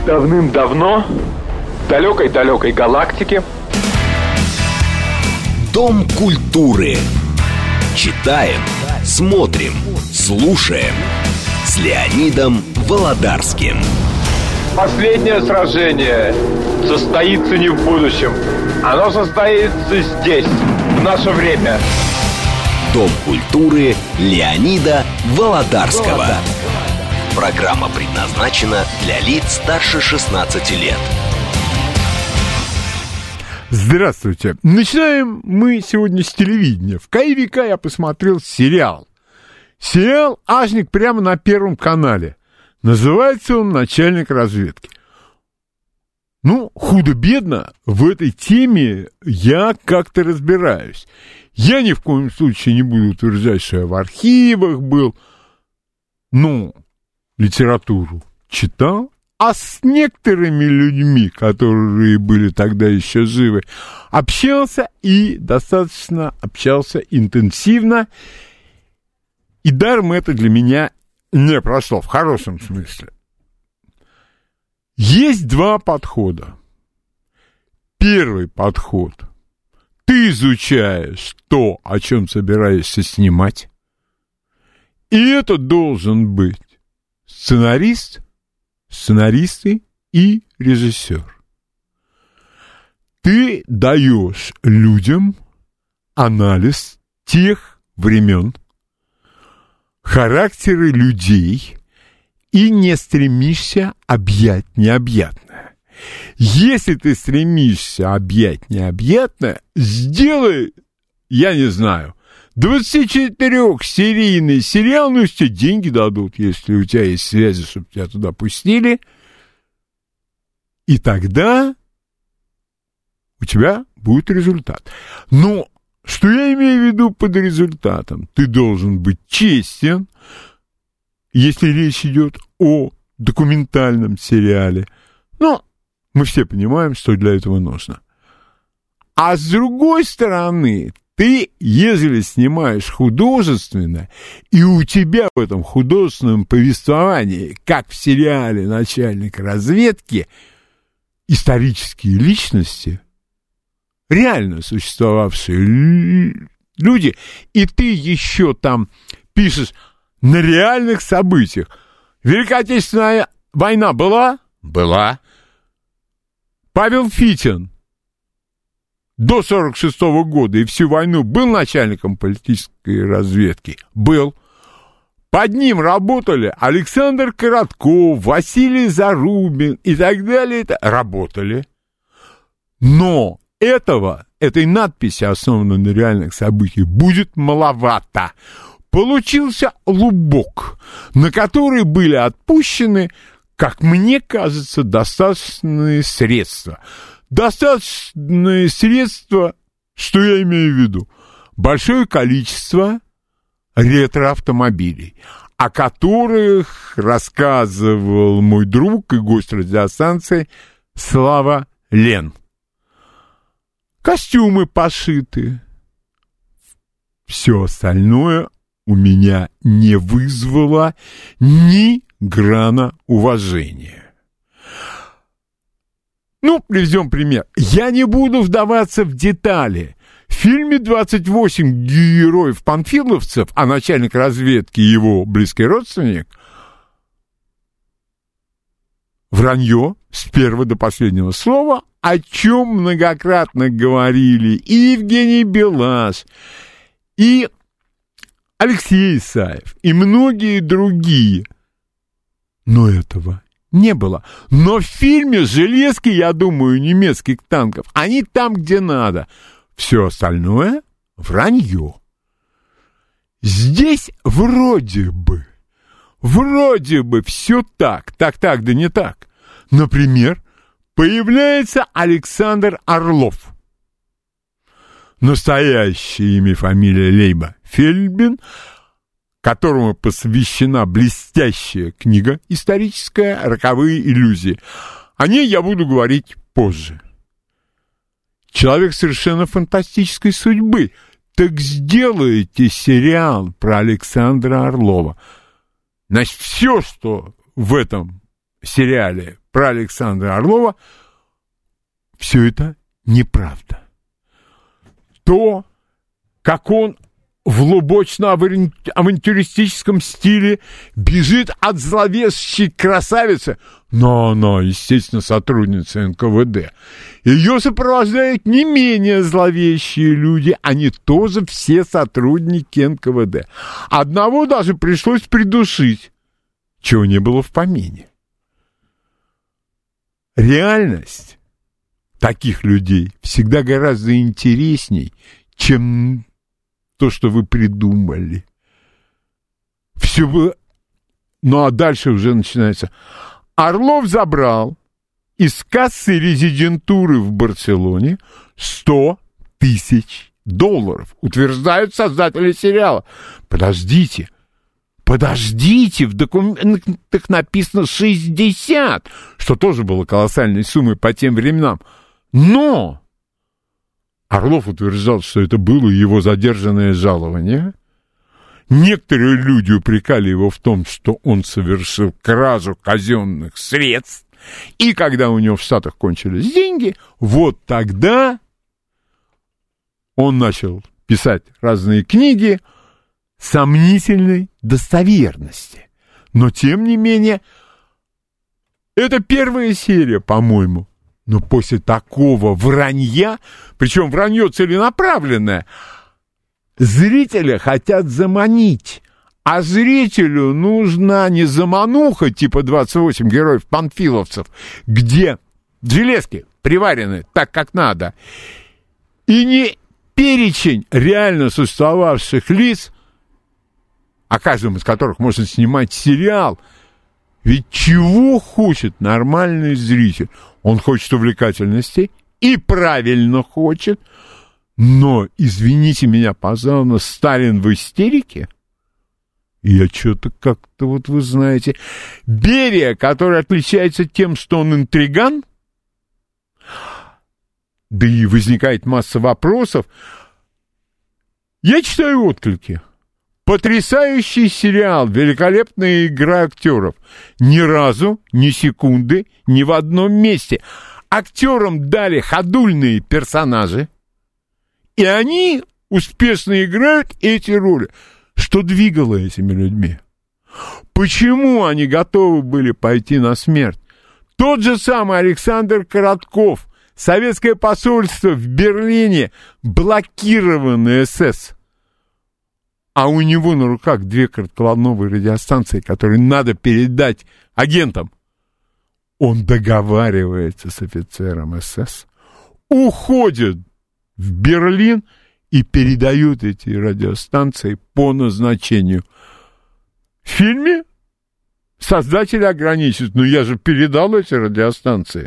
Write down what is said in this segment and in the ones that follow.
Давным-давно, в далекой-далекой галактике. Дом культуры. Читаем, смотрим, слушаем. С Леонидом Володарским. Последнее сражение состоится не в будущем. Оно состоится здесь, в наше время. Дом культуры Леонида Володарского. Программа предназначена для лиц старше 16 лет. Здравствуйте. Начинаем мы сегодня с телевидения. В какие века я посмотрел сериал. Сериал «Ажник» прямо на Первом канале. Называется он «Начальник разведки». Ну, худо-бедно в этой теме я как-то разбираюсь. Я ни в коем случае не буду утверждать, что я в архивах был. Ну, литературу читал, а с некоторыми людьми, которые были тогда еще живы, общался и достаточно общался интенсивно. И даром это для меня не прошло, в хорошем смысле. Есть два подхода. Первый подход. Ты изучаешь то, о чем собираешься снимать. И это должен быть сценарист, сценаристы и режиссер. Ты даешь людям анализ тех времен, характеры людей и не стремишься объять необъятное. Если ты стремишься объять необъятное, сделай, я не знаю, 24-серийный сериал, ну, тебе деньги дадут, если у тебя есть связи, чтобы тебя туда пустили, и тогда у тебя будет результат. Но что я имею в виду под результатом? Ты должен быть честен, если речь идет о документальном сериале. Но мы все понимаем, что для этого нужно. А с другой стороны, ты, если снимаешь художественно, и у тебя в этом художественном повествовании, как в сериале «Начальник разведки», исторические личности, реально существовавшие люди, и ты еще там пишешь на реальных событиях. Великая Отечественная война была? Была. Павел Фитин до 1946 года и всю войну был начальником политической разведки? Был. Под ним работали Александр Коротков, Василий Зарубин и так далее. Работали. Но этой надписи, основанной на реальных событиях, будет маловато. Получился лубок, на который были отпущены, как мне кажется, достаточные средства. Достаточные средства, что я имею в виду? Большое количество ретро-автомобилей, о которых рассказывал мой друг и гость радиостанции Слава Лен. Костюмы пошиты. Все остальное у меня не вызвало ни грана уважения. Ну, приведем пример. Я не буду вдаваться в детали. В фильме «28 героев-панфиловцев», а начальник разведки и его близкий родственник, вранье с первого до последнего слова, о чем многократно говорили и Евгений Белаш, и Алексей Исаев, и многие другие. Но этого не было. Но в фильме «Железки», я думаю, немецких танков, они там, где надо. Все остальное — вранье. Здесь вроде бы все так, да не так. Например, появляется Александр Орлов. Настоящее имя, фамилия Лейба-Фельдбин, которому посвящена блестящая книга историческая «Роковые иллюзии». О ней я буду говорить позже. Человек совершенно фантастической судьбы. Так сделайте сериал про Александра Орлова. Значит, все, что в этом сериале про Александра Орлова, все это неправда. То, как он в лубочно-авантюристическом стиле бежит от зловещей красавицы, но она, естественно, сотрудница НКВД. Ее сопровождают не менее зловещие люди, они тоже все сотрудники НКВД. Одного даже пришлось придушить, чего не было в помине. Реальность таких людей всегда гораздо интересней, чем то, что вы придумали. Все было... Ну, а дальше уже начинается. Орлов забрал из кассы резидентуры в Барселоне $100 000, утверждают создатели сериала. Подождите, в документах написано 60, что тоже было колоссальной суммой по тем временам. Но Орлов утверждал, что это было его задержанное жалование. Некоторые люди упрекали его в том, что он совершил кражу казенных средств. И когда у него в Штатах кончились деньги, вот тогда он начал писать разные книги сомнительной достоверности. Но, тем не менее, это первая серия, по-моему. Но после такого вранья, причем вранье целенаправленное, зрителя хотят заманить. А зрителю нужна не замануха типа 28 героев-панфиловцев, где железки приварены так, как надо, и не перечень реально существовавших лиц, о каждом из которых можно снимать сериал. Ведь чего хочет нормальный зритель? Он хочет увлекательности, и правильно хочет, но, извините меня, пожалуйста, Сталин в истерике? Я что-то как-то, вот вы знаете, Берия, который отличается тем, что он интриган, да и возникает масса вопросов. Я читаю отклики. Потрясающий сериал, великолепная игра актеров. Ни разу, ни секунды, ни в одном месте. Актерам дали ходульные персонажи, и они успешно играют эти роли. Что двигало этими людьми? Почему они готовы были пойти на смерть? Тот же самый Александр Коротков, советское посольство в Берлине, блокированное СС. А у него на руках 2 коротковолновые радиостанции, которые надо передать агентам. Он договаривается с офицером СС, уходит в Берлин и передает эти радиостанции по назначению. В фильме создатели ограничивают. Но я же передал эти радиостанции.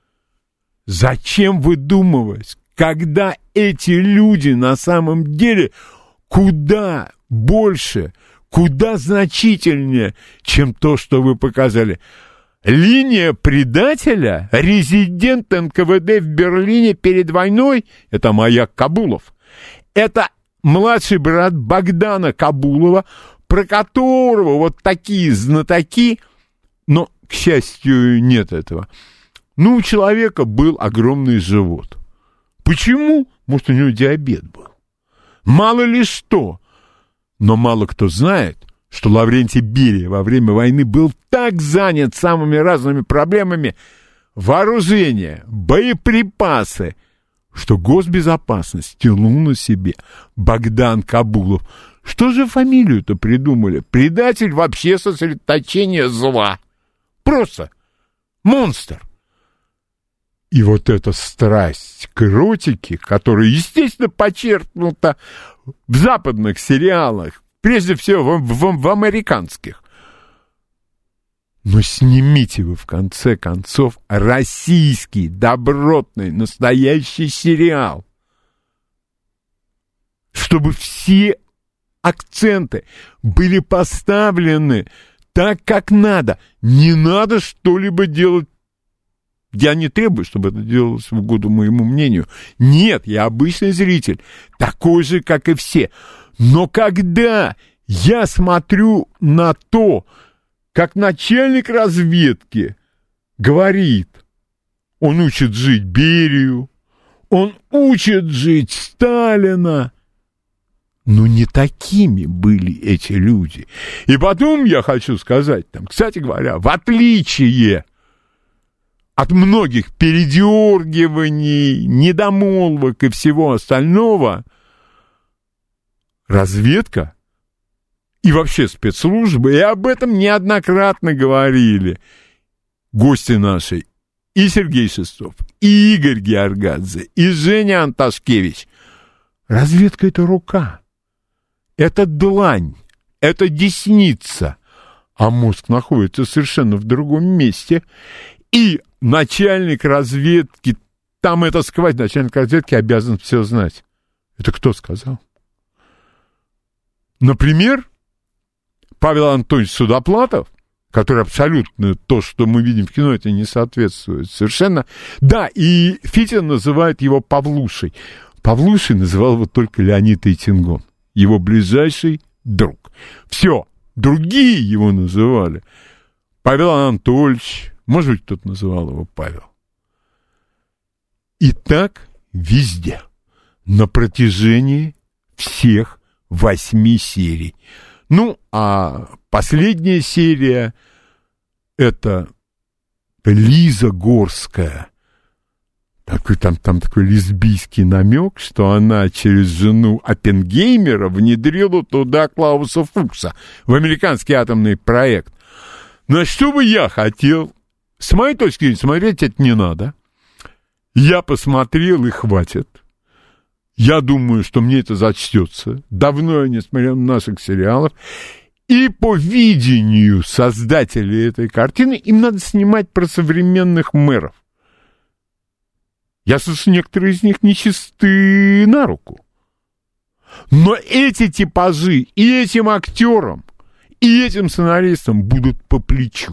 Зачем выдумывать, когда эти люди на самом деле куда больше, куда значительнее, чем то, что вы показали? Линия предателя, резидент НКВД в Берлине перед войной, это Маяк Кабулов. Это младший брат Богдана Кабулова, про которого вот такие знатоки, но, к счастью, нет этого. Ну, у человека был огромный живот. Почему? Может, у него диабет был. Мало ли что. Но мало кто знает, что Лаврентий Берия во время войны был так занят самыми разными проблемами вооружения, боеприпасы, что госбезопасность тянул на себе Богдан Кабулов. Что же фамилию-то придумали? Предатель вообще сосредоточение зла. Просто монстр. И вот эта страсть к эротике, которая, естественно, подчеркнута в западных сериалах, прежде всего в американских. Но снимите вы, в конце концов, российский, добротный, настоящий сериал, чтобы все акценты были поставлены так, как надо. Не надо что-либо делать. Я не требую, чтобы это делалось в угоду моему мнению. Нет, я обычный зритель, такой же, как и все. Но когда я смотрю на то, как начальник разведки говорит, он учит жить Берию, он учит жить Сталина. Но не такими были эти люди. И потом я хочу сказать, там, кстати говоря, в отличие от многих передергиваний, недомолвок и всего остального, разведка и вообще спецслужбы, и об этом неоднократно говорили гости наши, и Сергей Шестов, и Игорь Георгадзе, и Женя Анташкевич. Разведка — это рука, это длань, это десница, а мозг находится совершенно в другом месте. И начальник разведки, там это сказать, начальник разведки обязан все знать. Это кто сказал? Например, Павел Антонович Судоплатов, который абсолютно то, что мы видим в кино, это не соответствует совершенно. Да, и Фитин называет его Павлушей. Павлушей называл его только Леонид Эйтингон, его ближайший друг. Все, другие его называли. Павел Анатольевич, может быть, кто-то называл его Павел. И так везде, на протяжении всех 8 серий. Ну, а последняя серия — это Лиза Горская. Там такой лесбийский намек, что она через жену Оппенгеймера внедрила туда Клауса Фукса в американский атомный проект. Но что бы я хотел, с моей точки зрения, смотреть это не надо. Я посмотрел, и хватит. Я думаю, что мне это зачтется. Давно я не смотрел наших сериалов. И по видению создателей этой картины им надо снимать про современных мэров. Я слышу, некоторые из них нечисты на руку. Но эти типажи и этим актерам, и этим сценаристам будут по плечу.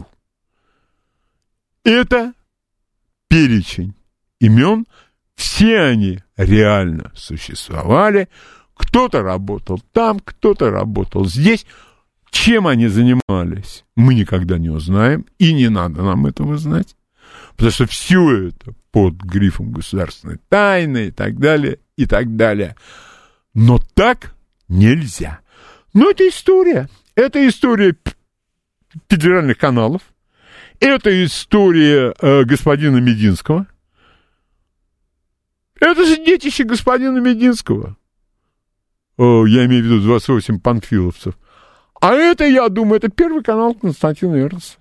Это перечень имен. Все они реально существовали. Кто-то работал там, кто-то работал здесь. Чем они занимались, мы никогда не узнаем, и не надо нам этого знать. Потому что все это под грифом государственной тайны и так далее, и так далее. Но так нельзя. Но это история. Это история федеральных каналов. Это история господина Мединского. Это же детище господина Мединского. Я имею в виду 28 панфиловцев. А это, я думаю, это Первый канал Константина Эрнста.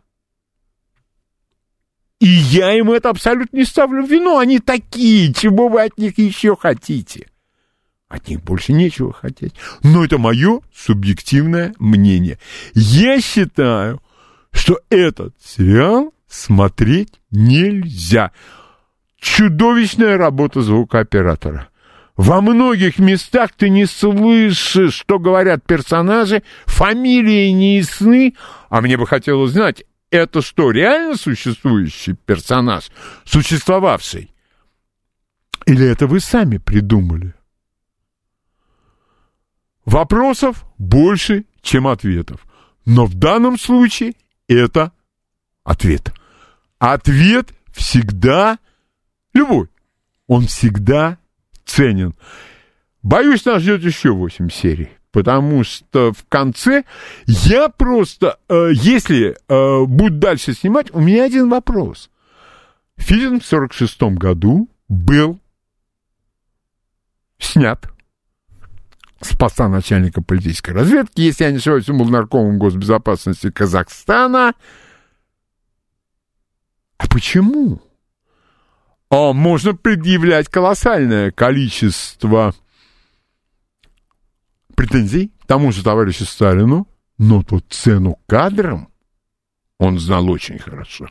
И я им это абсолютно не ставлю в вину. Они такие, чего вы от них еще хотите? От них больше нечего хотеть. Но это мое субъективное мнение. Я считаю, что этот сериал смотреть нельзя. Чудовищная работа звукооператора. Во многих местах ты не слышишь, что говорят персонажи, фамилии не ясны, а мне бы хотелось знать, это что, реально существующий персонаж, существовавший? Или это вы сами придумали? Вопросов больше, чем ответов. Но в данном случае это ответ. Ответ всегда любой. Он всегда ценен. Боюсь, нас ждет еще 8 серий. Потому что в конце я просто, если буду дальше снимать, у меня один вопрос. Фильм в 1946 году был снят с поста начальника политической разведки. Если я не ошибаюсь, он был наркомом госбезопасности Казахстана. А почему? Можно предъявлять колоссальное количество претензий к тому же товарищу Сталину, но тут цену кадрам он знал очень хорошо.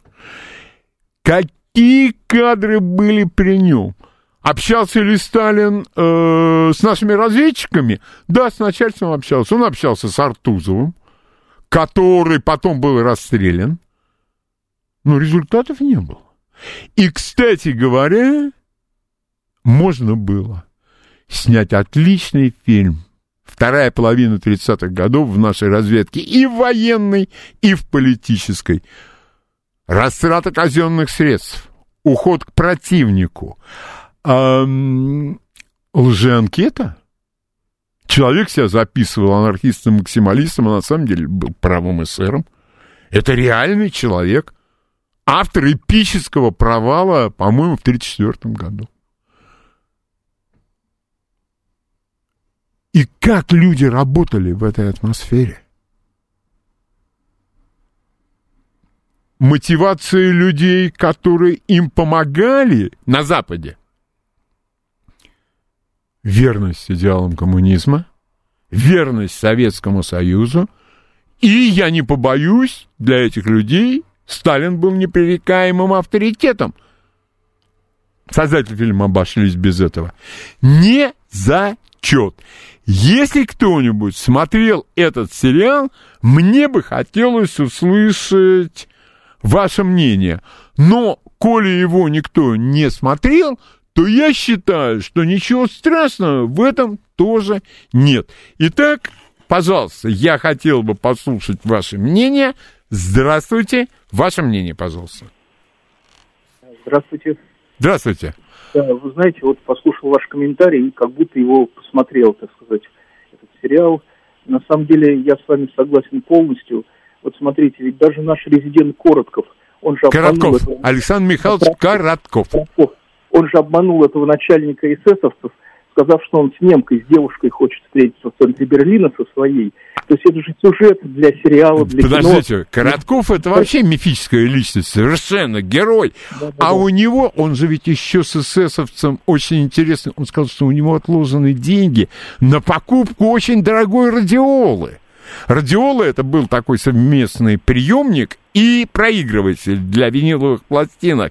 Какие кадры были при нем? Общался ли Сталин с нашими разведчиками? Да, с начальством общался. Он общался с Артузовым, который потом был расстрелян, но результатов не было. И, кстати говоря, можно было снять отличный фильм. Вторая половина 30-х годов в нашей разведке и в военной, и в политической. растрата казенных средств, уход к противнику, лжеанкета. Человек себя записывал анархистом-максималистом, а на самом деле был правым эсером. Это реальный человек, автор эпического провала, по-моему, в 1934 году. И как люди работали в этой атмосфере? Мотивация людей, которые им помогали на Западе. Верность идеалам коммунизма, верность Советскому Союзу. И, я не побоюсь, для этих людей Сталин был непререкаемым авторитетом. Создатели фильма обошлись без этого. Не зачет. Если кто-нибудь смотрел этот сериал, мне бы хотелось услышать ваше мнение. Но, коли его никто не смотрел, то я считаю, что ничего страшного в этом тоже нет. Итак, пожалуйста, я хотел бы послушать ваше мнение. Здравствуйте. Ваше мнение, пожалуйста. Здравствуйте. Здравствуйте. Да, вы знаете, вот послушал ваш комментарий и как будто его посмотрел, так сказать, этот сериал. На самом деле я с вами согласен полностью. Вот смотрите, ведь даже наш резидент Коротков, он же обманул... Александр Михайлович Коротков. Он же обманул этого начальника эсэсовцев, сказав, что он с немкой, с девушкой хочет встретиться в центре Берлина со своей. То есть это же сюжет для сериала, для кино. Подождите, Коротков это вообще мифическая личность, совершенно герой. Да. У него, он же ведь еще с эсэсовцем очень интересный, он сказал, что у него отложены деньги на покупку очень дорогой радиолы. Радиола это был такой совместный приемник и проигрыватель для виниловых пластинок.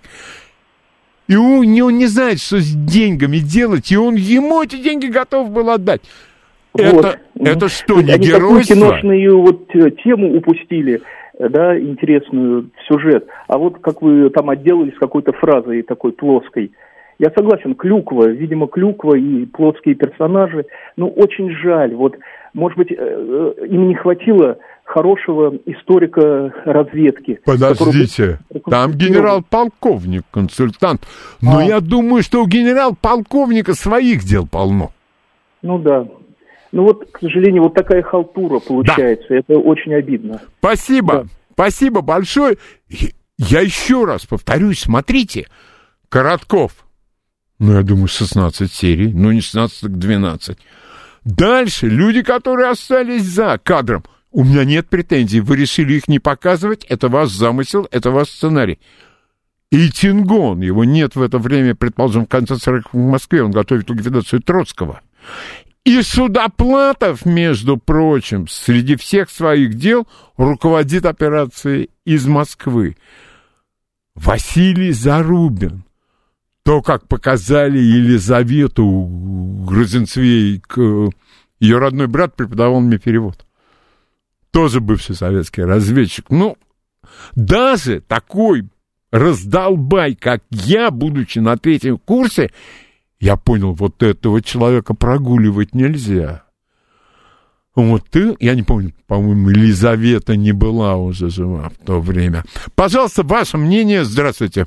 И он не знает, что с деньгами делать, и он ему эти деньги готов был отдать. Вот. Это что, не они геройство? Они такую киношную вот тему упустили, да, интересную, сюжет. А вот как вы там отделались какой-то фразой такой плоской. Я согласен, клюква, видимо, клюква и плоские персонажи. Ну, очень жаль. Вот, может быть, им не хватило хорошего историка разведки. Подождите, там генерал-полковник, консультант. Но я думаю, что у генерал-полковника своих дел полно. Ну да. Ну вот, к сожалению, вот такая халтура получается. Да. Это очень обидно. Спасибо. Да. Спасибо большое. Я еще раз повторюсь, смотрите. Коротков. Ну, я думаю, 16 серий. Ну, не 16, так 12. Дальше люди, которые остались за кадром. У меня нет претензий. Вы решили их не показывать. Это ваш замысел, это ваш сценарий. И Тингон. Его нет в это время, предположим, в конце 40-х в Москве. Он готовит ликвидацию Троцкого. И Судоплатов, между прочим, среди всех своих дел руководит операцией из Москвы. Василий Зарубин. То, как показали Елизавету Грозенцвейк, ее родной брат преподавал мне перевод. Тоже бывший советский разведчик. Ну, даже такой раздолбай, как я, будучи на 3-м курсе, я понял, вот этого человека прогуливать нельзя. Вот ты, я не помню, по-моему, Елизавета не была уже жива в то время. Пожалуйста, ваше мнение. Здравствуйте.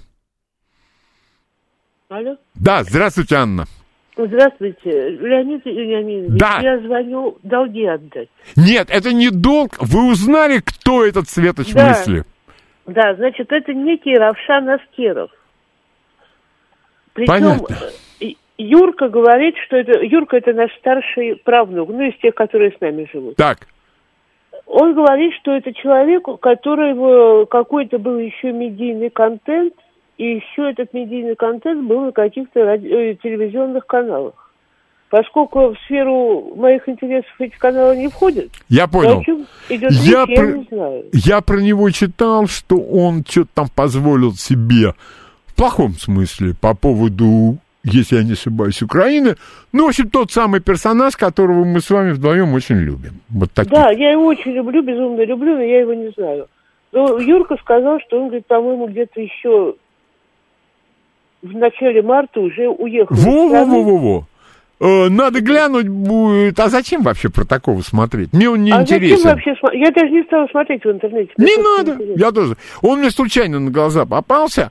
Алло? Да, здравствуйте, Анна. Здравствуйте, Леонид Вениаминович. Да. Я звоню долги отдать. Нет, это не долг. Вы узнали, кто этот Светоч мысли? Да, значит, это некий Равшан Аскеров. Причем Понятно. Юрка говорит, что Юрка это наш старший правнук, ну, из тех, которые с нами живут. Так. Он говорит, что это человек, у которого какой-то был еще медийный контент, и еще этот медийный контент был на каких-то телевизионных каналах. Поскольку в сферу моих интересов эти каналы не входят, я понял. Идет речь, я не знаю. Я про него читал, что он что-то там позволил себе, в плохом смысле, по поводу, если я не ошибаюсь, Украины. Ну, в общем, тот самый персонаж, которого мы с вами вдвоем очень любим. Вот такие. Да, я его очень люблю, безумно люблю, но я его не знаю. Но Юрка сказал, что он, говорит, по-моему, где-то еще в начале марта уже уехал. Во-во-во-во-во. Надо глянуть будет. А зачем вообще про такого смотреть? Мне он не интересен. Зачем вообще смотреть? Я даже не стала смотреть в интернете. Не надо, интересно. Я тоже. Он мне случайно на глаза попался.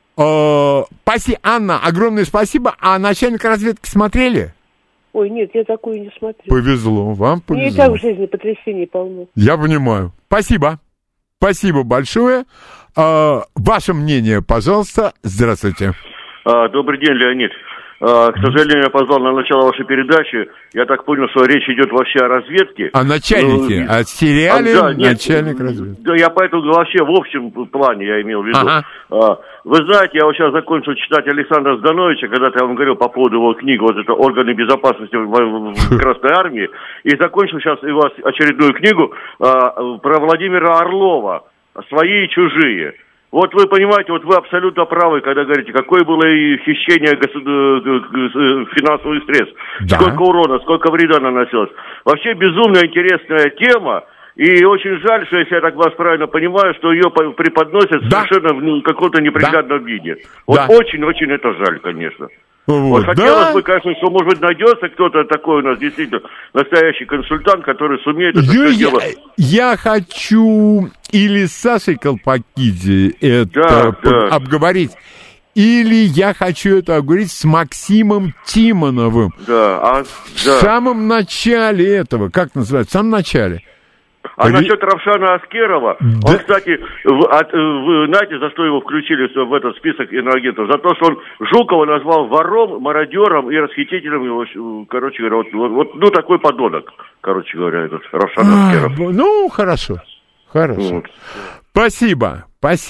Анна, огромное спасибо. А начальник разведки смотрели? Ой, нет, я такую не смотрю. Повезло, вам повезло. Мне и так в жизни потрясений полно. Я понимаю. Спасибо. Спасибо большое. Ваше мнение, пожалуйста. Здравствуйте. Добрый день, Леонид. К сожалению, я позвал на начало вашей передачи. Я так понял, что речь идет вообще о разведке. О начальнике, о сериале начальник разведки. Да, я поэтому вообще в общем плане я имел в виду. Ага. Вы знаете, я вот сейчас закончил читать Александра Здановича, когда-то я вам говорил по поводу его книги, вот это «Органы безопасности в Красной Армии», и закончил сейчас у вас очередную книгу про Владимира Орлова «Свои и чужие». Вот вы понимаете, вот вы абсолютно правы, когда говорите, какое было и хищение финансовых средств, да. Сколько урона, сколько вреда наносилось. Вообще безумно интересная тема, и очень жаль, что, если я так вас правильно понимаю, что ее преподносят совершенно в каком-то неприглядном виде. Вот очень-очень это жаль, конечно. Вот хотелось бы, конечно, что, может быть, найдется кто-то такой у нас, действительно, настоящий консультант, который сумеет это все делать. Я хочу или с Сашей Колпакидзе это обговорить, или я хочу это обговорить с Максимом Тимоновым. В самом начале этого, как называется, в самом начале. А насчет Равшана Аскерова, он, кстати, вы знаете, за что его включили в этот список иноагентов? За то, что он Жукова назвал вором, мародером и расхитителем его, короче говоря, вот такой подонок, короче говоря, этот Равшан Аскеров. Ну, хорошо. Вот. Спасибо.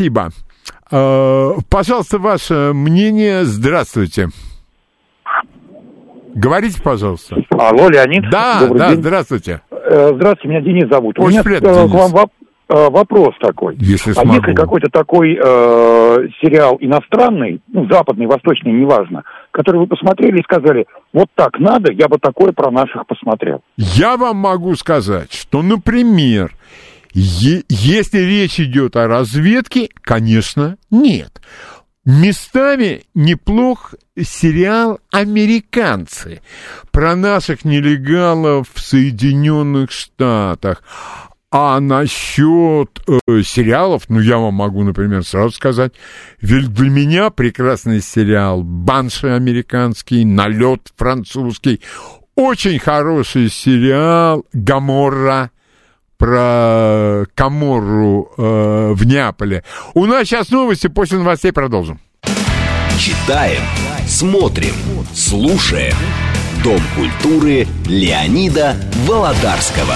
Пожалуйста, ваше мнение. Здравствуйте. Говорите, пожалуйста. Алло, Леонид. Да, здравствуйте. Здравствуйте, меня Денис зовут. Очень приятно, у меня к вам вопрос такой. Если какой-то такой сериал иностранный, западный, восточный, неважно, который вы посмотрели и сказали, вот так надо, я бы такое про наших посмотрел? Я вам могу сказать, что, например, если речь идет о разведке, конечно, нет. Местами неплох сериал «Американцы» про наших нелегалов в Соединенных Штатах. А насчет сериалов, я вам могу, например, сразу сказать, для меня прекрасный сериал «Банши» американский, «Налет» французский, очень хороший сериал «Гоморра», про Каморру в Неаполе. У нас сейчас новости, после новостей продолжим. Читаем, смотрим, слушаем. Дом культуры Леонида Володарского.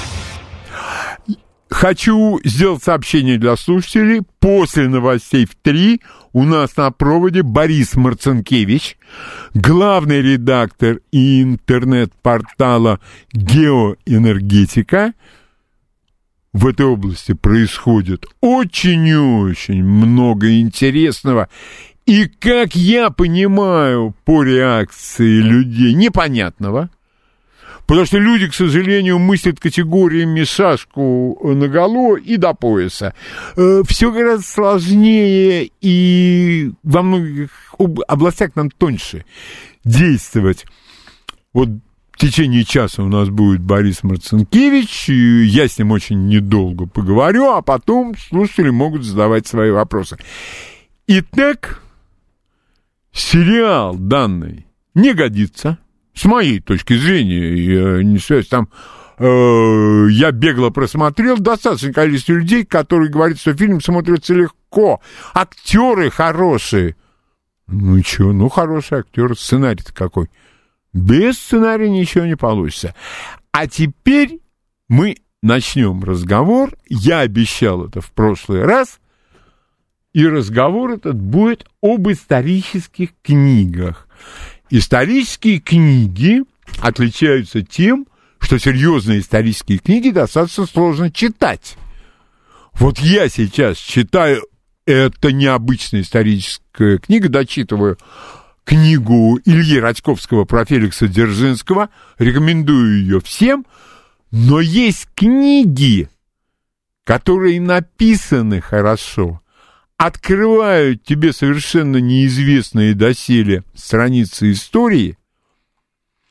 Хочу сделать сообщение для слушателей. После новостей в 3 у нас на проводе Борис Марцинкевич, главный редактор интернет-портала «Геоэнергетика». В этой области происходит очень-очень много интересного. И, как я понимаю, по реакции людей, непонятного. Потому что люди, к сожалению, мыслят категориями шашку наголо и до пояса. Все гораздо сложнее, и во многих областях нам тоньше действовать. Вот в течение часа у нас будет Борис Марцинкевич, и я с ним очень недолго поговорю, а потом слушатели могут задавать свои вопросы. Итак, сериал данный не годится, с моей точки зрения, я не связь там, я бегло просмотрел достаточное количество людей, которые говорят, что фильм смотрится легко, актеры хорошие. Хороший актер, сценарий-то какой. Без сценария ничего не получится. А теперь мы начнем разговор. Я обещал это в прошлый раз. И разговор этот будет об исторических книгах. Исторические книги отличаются тем, что серьезные исторические книги достаточно сложно читать. Вот я сейчас читаю, это необычная историческая книга, дочитываю книгу Ильи Радьковского про Феликса Дзержинского, рекомендую ее всем, но есть книги, которые написаны хорошо, открывают тебе совершенно неизвестные доселе страницы истории,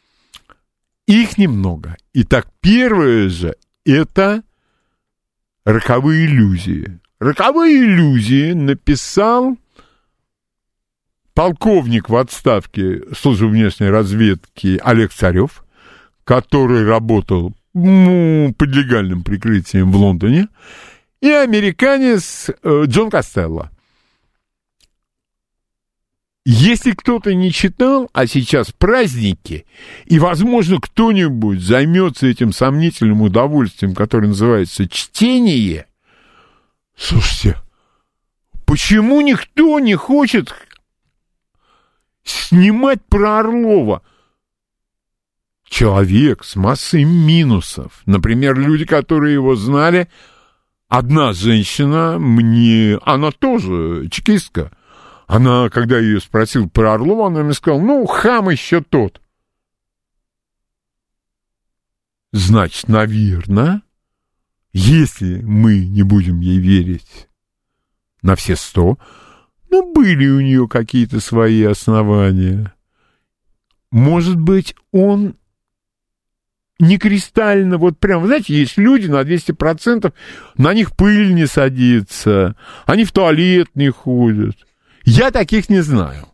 Их немного. Итак, первое же — это «Роковые иллюзии». «Роковые иллюзии» написал полковник в отставке службы внешней разведки Олег Царев, который работал под легальным прикрытием в Лондоне, и американец Джон Костелло. Если кто-то не читал, а сейчас праздники, и, возможно, кто-нибудь займется этим сомнительным удовольствием, которое называется чтение, слушайте, почему никто не хочет снимать про Орлова? Человек с массой минусов. Например, люди, которые его знали. Одна женщина она тоже чекистка. Она, когда я ее спросил про Орлова, она мне сказала, хам еще тот. Значит, наверное, если мы не будем ей верить на все 100, были у нее какие-то свои основания. Может быть, он не кристально, прям, знаете, есть люди на 200%, на них пыль не садится, они в туалет не ходят. Я таких не знаю.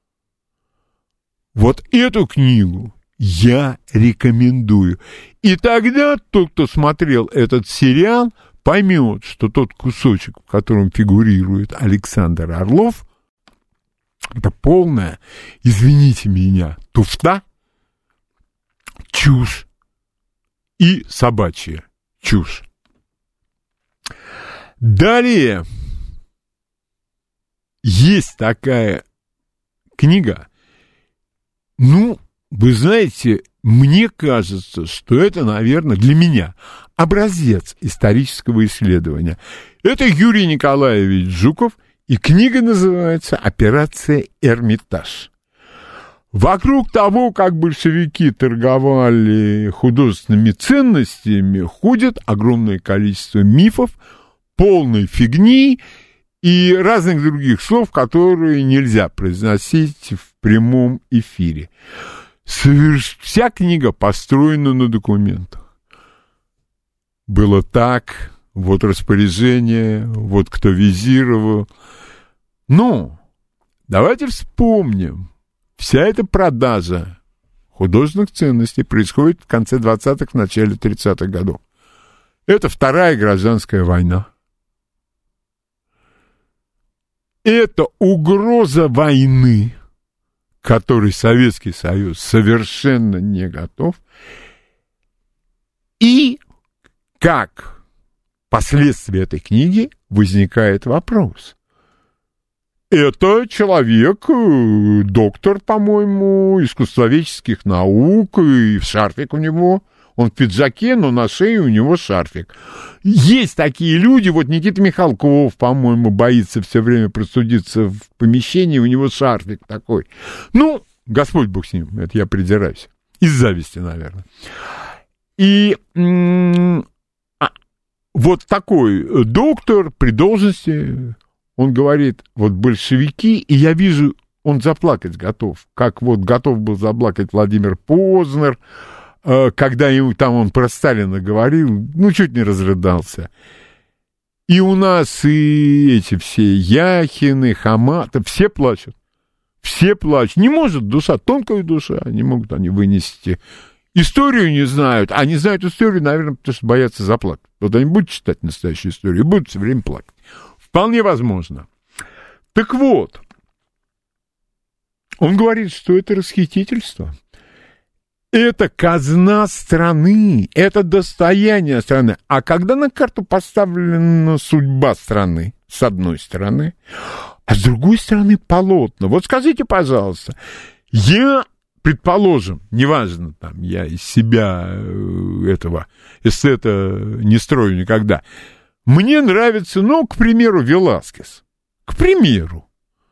Эту книгу я рекомендую. И тогда тот, кто смотрел этот сериал, поймет, что тот кусочек, в котором фигурирует Александр Орлов, это полная, извините меня, туфта, чушь и собачья чушь. Далее есть такая книга. Вы знаете, мне кажется, что это, наверное, для меня образец исторического исследования. Это Юрий Николаевич Жуков, и книга называется «Операция Эрмитаж». Вокруг того, как большевики торговали художественными ценностями, ходит огромное количество мифов, полной фигни и разных других слов, которые нельзя произносить в прямом эфире. Вся книга построена на документах. Было так, распоряжение, кто визировал. Давайте вспомним. Вся эта продажа художественных ценностей происходит в конце 20-х, в начале 30-х годов. Это Вторая гражданская война. Это угроза войны, к которой Советский Союз совершенно не готов. И как последствие этой книги возникает вопрос. Это человек, доктор, по-моему, искусствоведческих наук, и шарфик у него. Он в пиджаке, но на шее у него шарфик. Есть такие люди, Никита Михалков, по-моему, боится все время простудиться в помещении, у него шарфик такой. Господь Бог с ним, это я придираюсь. Из зависти, наверное. И такой доктор при должности, он говорит, большевики, и я вижу, он заплакать готов, как готов был заплакать Владимир Познер, когда ему там он про Сталина говорил, чуть не разрыдался. И у нас и эти все Яхины, Хаматов, все плачут. Все плачут. Не может душа, тонкая душа, не могут они вынести. Историю не знают, а не знают историю, наверное, потому что боятся заплакать. Они будут читать настоящую историю и будут все время плакать. Вполне возможно. Так вот, он говорит, что это расхитительство. Это казна страны, это достояние страны. А когда на карту поставлена судьба страны, с одной стороны, а с другой стороны полотна. Скажите, пожалуйста, предположим, неважно, я из себя этого эстета не строю никогда, мне нравится, к примеру, Веласкес. К примеру.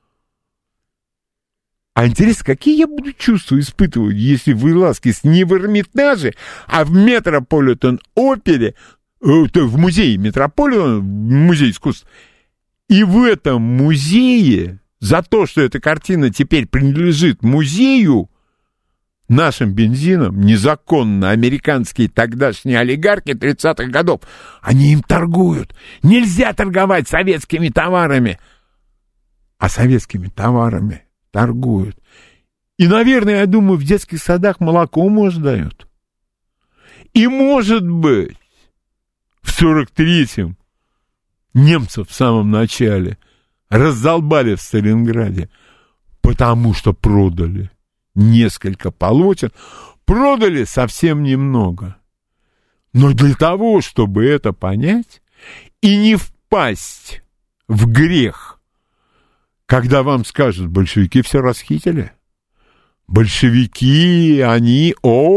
А интересно, какие я буду чувства испытывать, если Веласкес не в Эрмитаже, а в Метрополитен-опере, в музее Метрополитен, в музее искусств. И в этом музее, за то, что эта картина теперь принадлежит музею, нашим бензином незаконно американские тогдашние олигархи 30-х годов. Они им торгуют. Нельзя торговать советскими товарами. А советскими товарами торгуют. И, наверное, я думаю, в детских садах молоко, может, дают. И, может быть, в 43-м немцев в самом начале раздолбали в Сталинграде, потому что продали несколько полотен, продали совсем немного. Но для того, чтобы это понять и не впасть в грех, когда вам скажут, большевики все расхитили, большевики, они,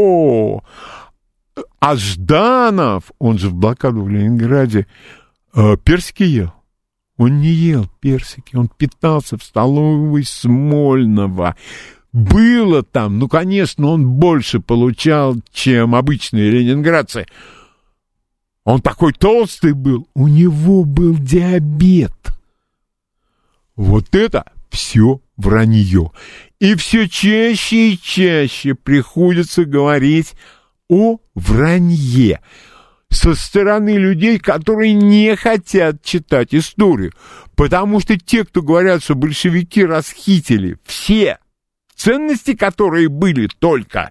а Жданов, он же в блокаду в Ленинграде, персики ел. Он не ел персики, он питался в столовой Смольного. Было там, ну, конечно, он больше получал, чем обычные ленинградцы. Он такой толстый был, у него был диабет. Вот это все вранье. И все чаще и чаще приходится говорить о вранье со стороны людей, которые не хотят читать историю. Потому что те, кто говорят, что большевики расхитили все ценности, которые были только...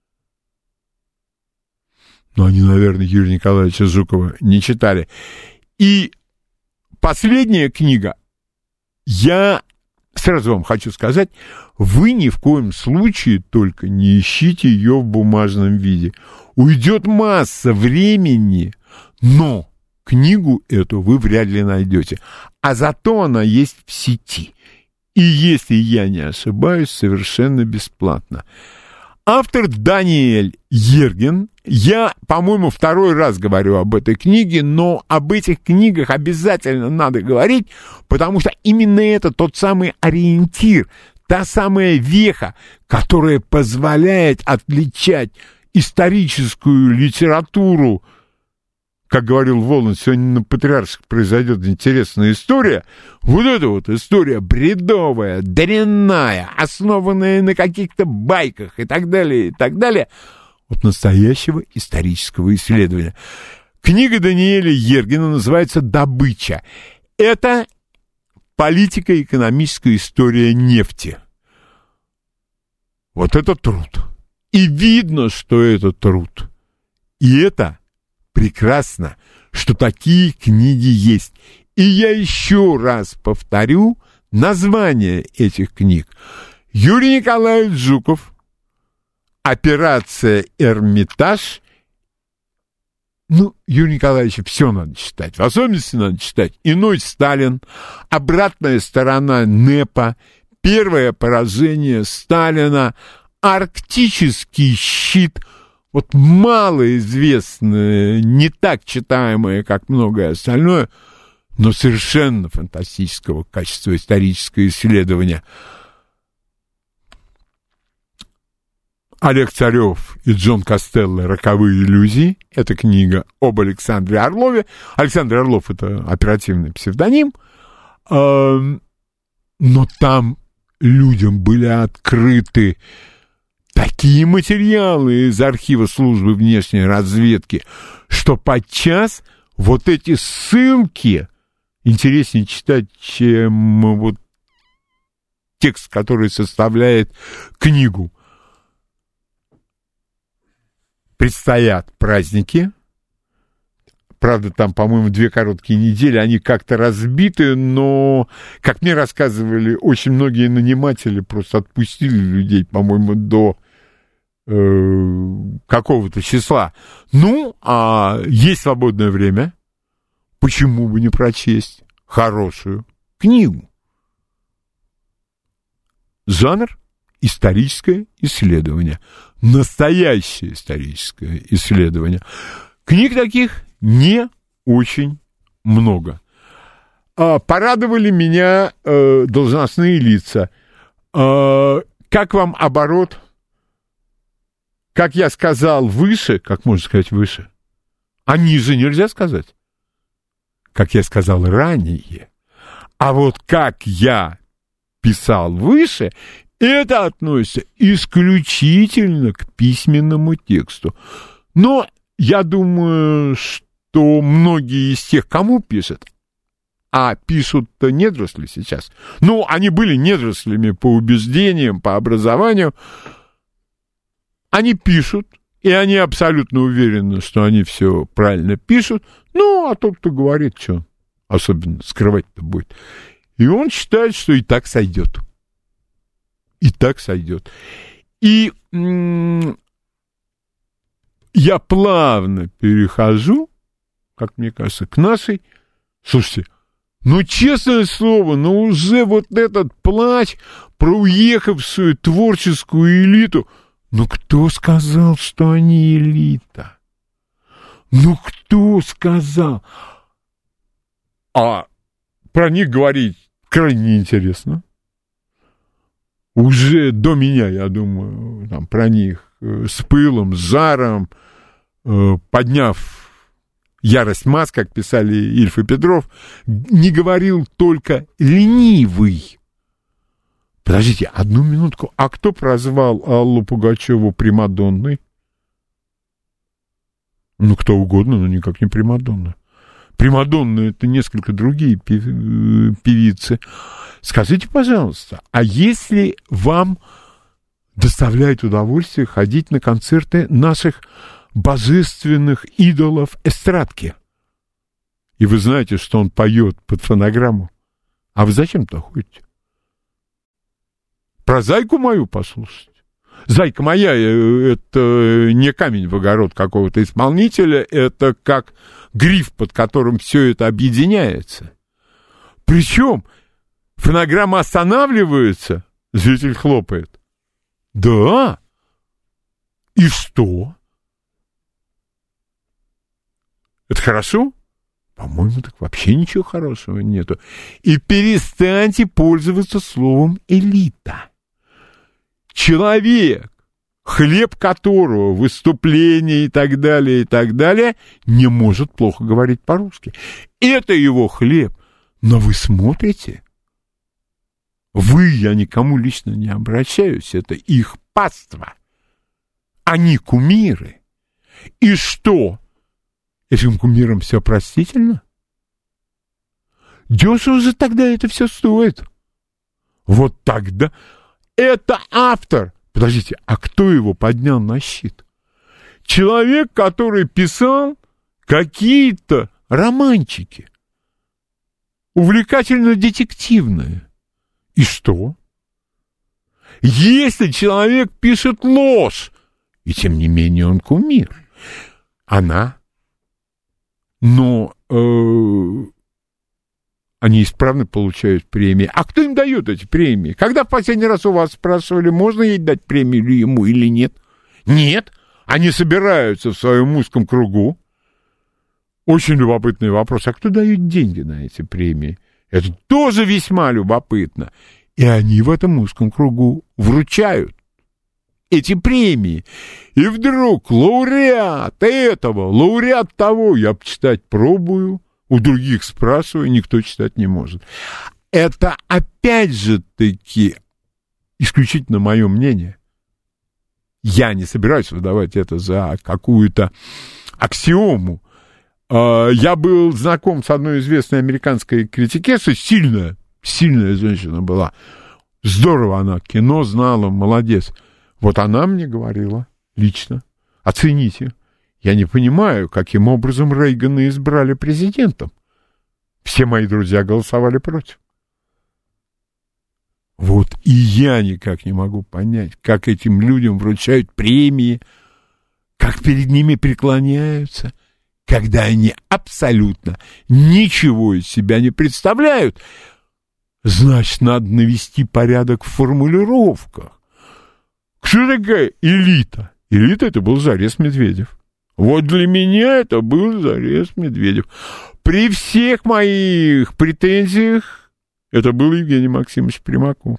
Но они, наверное, Юрия Николаевича Жукова не читали. И последняя книга, я сразу вам хочу сказать, вы ни в коем случае только не ищите ее в бумажном виде. Уйдет масса времени, но книгу эту вы вряд ли найдете. А зато она есть в сети. И, если я не ошибаюсь, совершенно бесплатно. Автор Даниэль Йерген. Я, по-моему, второй раз говорю об этой книге, но об этих книгах обязательно надо говорить, потому что именно это тот самый ориентир, та самая веха, которая позволяет отличать историческую литературу. Как говорил Воланд, сегодня на Патриарших произойдет интересная история. Вот эта вот история бредовая, дрянная, основанная на каких-то байках и так далее, от настоящего исторического исследования. Книга Даниэля Йергена называется «Добыча». Это политико-экономическая история нефти. Вот это труд. И видно, что это труд. И это прекрасно, что такие книги есть. И я еще раз повторю название этих книг. Юрий Николаевич Жуков, «Операция Эрмитаж». Ну, Юрию Николаевичу все надо читать. В особенности надо читать «Иной Сталин», «Обратная сторона НЭПа», «Первое поражение Сталина», «Арктический щит». Вот малоизвестное, не так читаемое, как многое остальное, но совершенно фантастического качества историческое исследование. Олег Царев и Джон Костелло «Роковые иллюзии». Это книга об Александре Орлове. Александр Орлов — это оперативный псевдоним. Но там людям были открыты такие материалы из архива службы внешней разведки, что подчас вот эти ссылки интереснее читать, чем вот текст, который составляет книгу. Предстоят праздники. Правда, там, по-моему, 2 короткие недели, они как-то разбиты, но, как мне рассказывали, очень многие наниматели просто отпустили людей, по-моему, до какого-то числа. Ну, а есть свободное время, почему бы не прочесть хорошую книгу? Жанр — историческое исследование. Настоящее историческое исследование. Книг таких не очень много. Порадовали меня должностные лица. Как вам оборот? Как я сказал выше, как можно сказать выше? А ниже нельзя сказать. Как я сказал ранее. А вот как я писал выше, Это относится исключительно к письменному тексту. Но я думаю, что многие из тех, кому пишут, а пишут-то недоросли сейчас, ну, они были недрослями по убеждениям, по образованию, они пишут, и они абсолютно уверены, что они все правильно пишут, ну, а тот, кто говорит, что особенно скрывать-то будет. И он считает, что и так сойдет. И так сойдет. И я плавно перехожу, как мне кажется, к нашей... Слушайте, ну, честное слово, ну, уже вот этот плач про уехавшую творческую элиту... Ну, кто сказал, что они элита? Ну, кто сказал? А про них говорить крайне интересно. Уже до меня, я думаю, там, про них с пылом, с жаром, подняв ярость масс, как писали Ильф и Петров, не говорил только ленивый. Подождите, одну минутку. А кто прозвал Аллу Пугачеву примадонной? Ну, кто угодно, но никак не примадонна. Примадонны — это несколько другие певицы. Скажите, пожалуйста, а если вам доставляет удовольствие ходить на концерты наших божественных идолов эстрадки, и вы знаете, что он поет под фонограмму, а вы зачем-то ходите? Про зайку мою послушать. Зайка моя — это не камень в огород какого-то исполнителя, это как гриф, под которым все это объединяется. Причем фонограмма останавливается, зритель хлопает. Да. И что? Это хорошо? По-моему, так вообще ничего хорошего нету. И перестаньте пользоваться словом «элита». Человек, хлеб которого, выступление и так далее, не может плохо говорить по-русски. Это его хлеб. Но вы смотрите, я никому лично не обращаюсь, это их паства. Они кумиры. И что? Этим кумирам все простительно? Дешево же тогда это все стоит. Вот тогда... Это автор. Подождите, а кто его поднял на щит? Человек, который писал какие-то романчики. Увлекательно-детективные. И что? Если человек пишет ложь, и тем не менее он кумир, она... Но... Они исправно получают премии. А кто им дает эти премии? Когда в последний раз у вас спрашивали, можно ей дать премию ему или нет? Нет. Они собираются в своем узком кругу. Очень любопытный вопрос. А кто дает деньги на эти премии? Это тоже весьма любопытно. И они в этом узком кругу вручают эти премии. И вдруг лауреат этого, лауреат того, я читать пробую, у других спрашиваю, никто читать не может. Это опять же таки исключительно мое мнение. Я не собираюсь выдавать это за какую-то аксиому. Я был знаком с одной известной американской критикессой, сильная женщина была. Здорово она, кино знала, молодец. Вот она мне говорила лично, оцените. Я не понимаю, каким образом Рейгана избрали президентом. Все мои друзья голосовали против. Вот и я никак не могу понять, как этим людям вручают премии, как перед ними преклоняются, когда они абсолютно ничего из себя не представляют. Значит, надо навести порядок в формулировках. Что такая элита? Элита — это был Зарез Медведев. Вот для меня это был Зарез Медведев. При всех моих претензиях это был Евгений Максимович Примаков.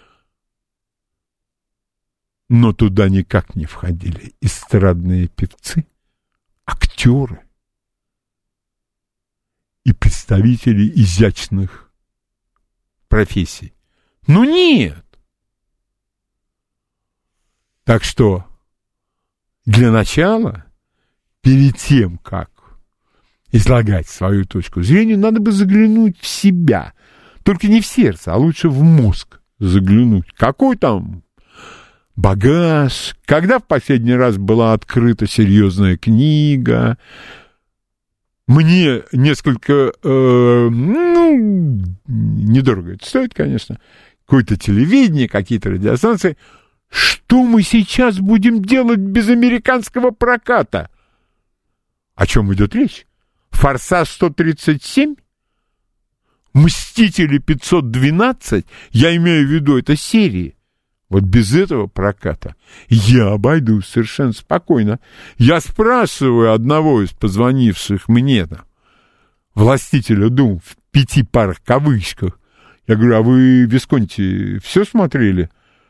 Но туда никак не входили эстрадные певцы, актеры и представители изящных профессий. Ну нет. Так что для начала, перед тем, как излагать свою точку зрения, надо бы заглянуть в себя. Только не в сердце, а лучше в мозг заглянуть. Какой там багаж? Когда в последний раз была открыта серьезная книга? Мне несколько, недорого это стоит, конечно, какое-то телевидение, какие-то радиостанции. Что мы сейчас будем делать без американского проката? О чем идет речь? «Форсаж 137»? «Мстители 512»? Я имею в виду, это серии. Вот без этого проката я обойдусь совершенно спокойно. Я спрашиваю одного из позвонивших мне властителя дум в 5 парах кавычках. Я говорю, а вы Висконти все смотрели?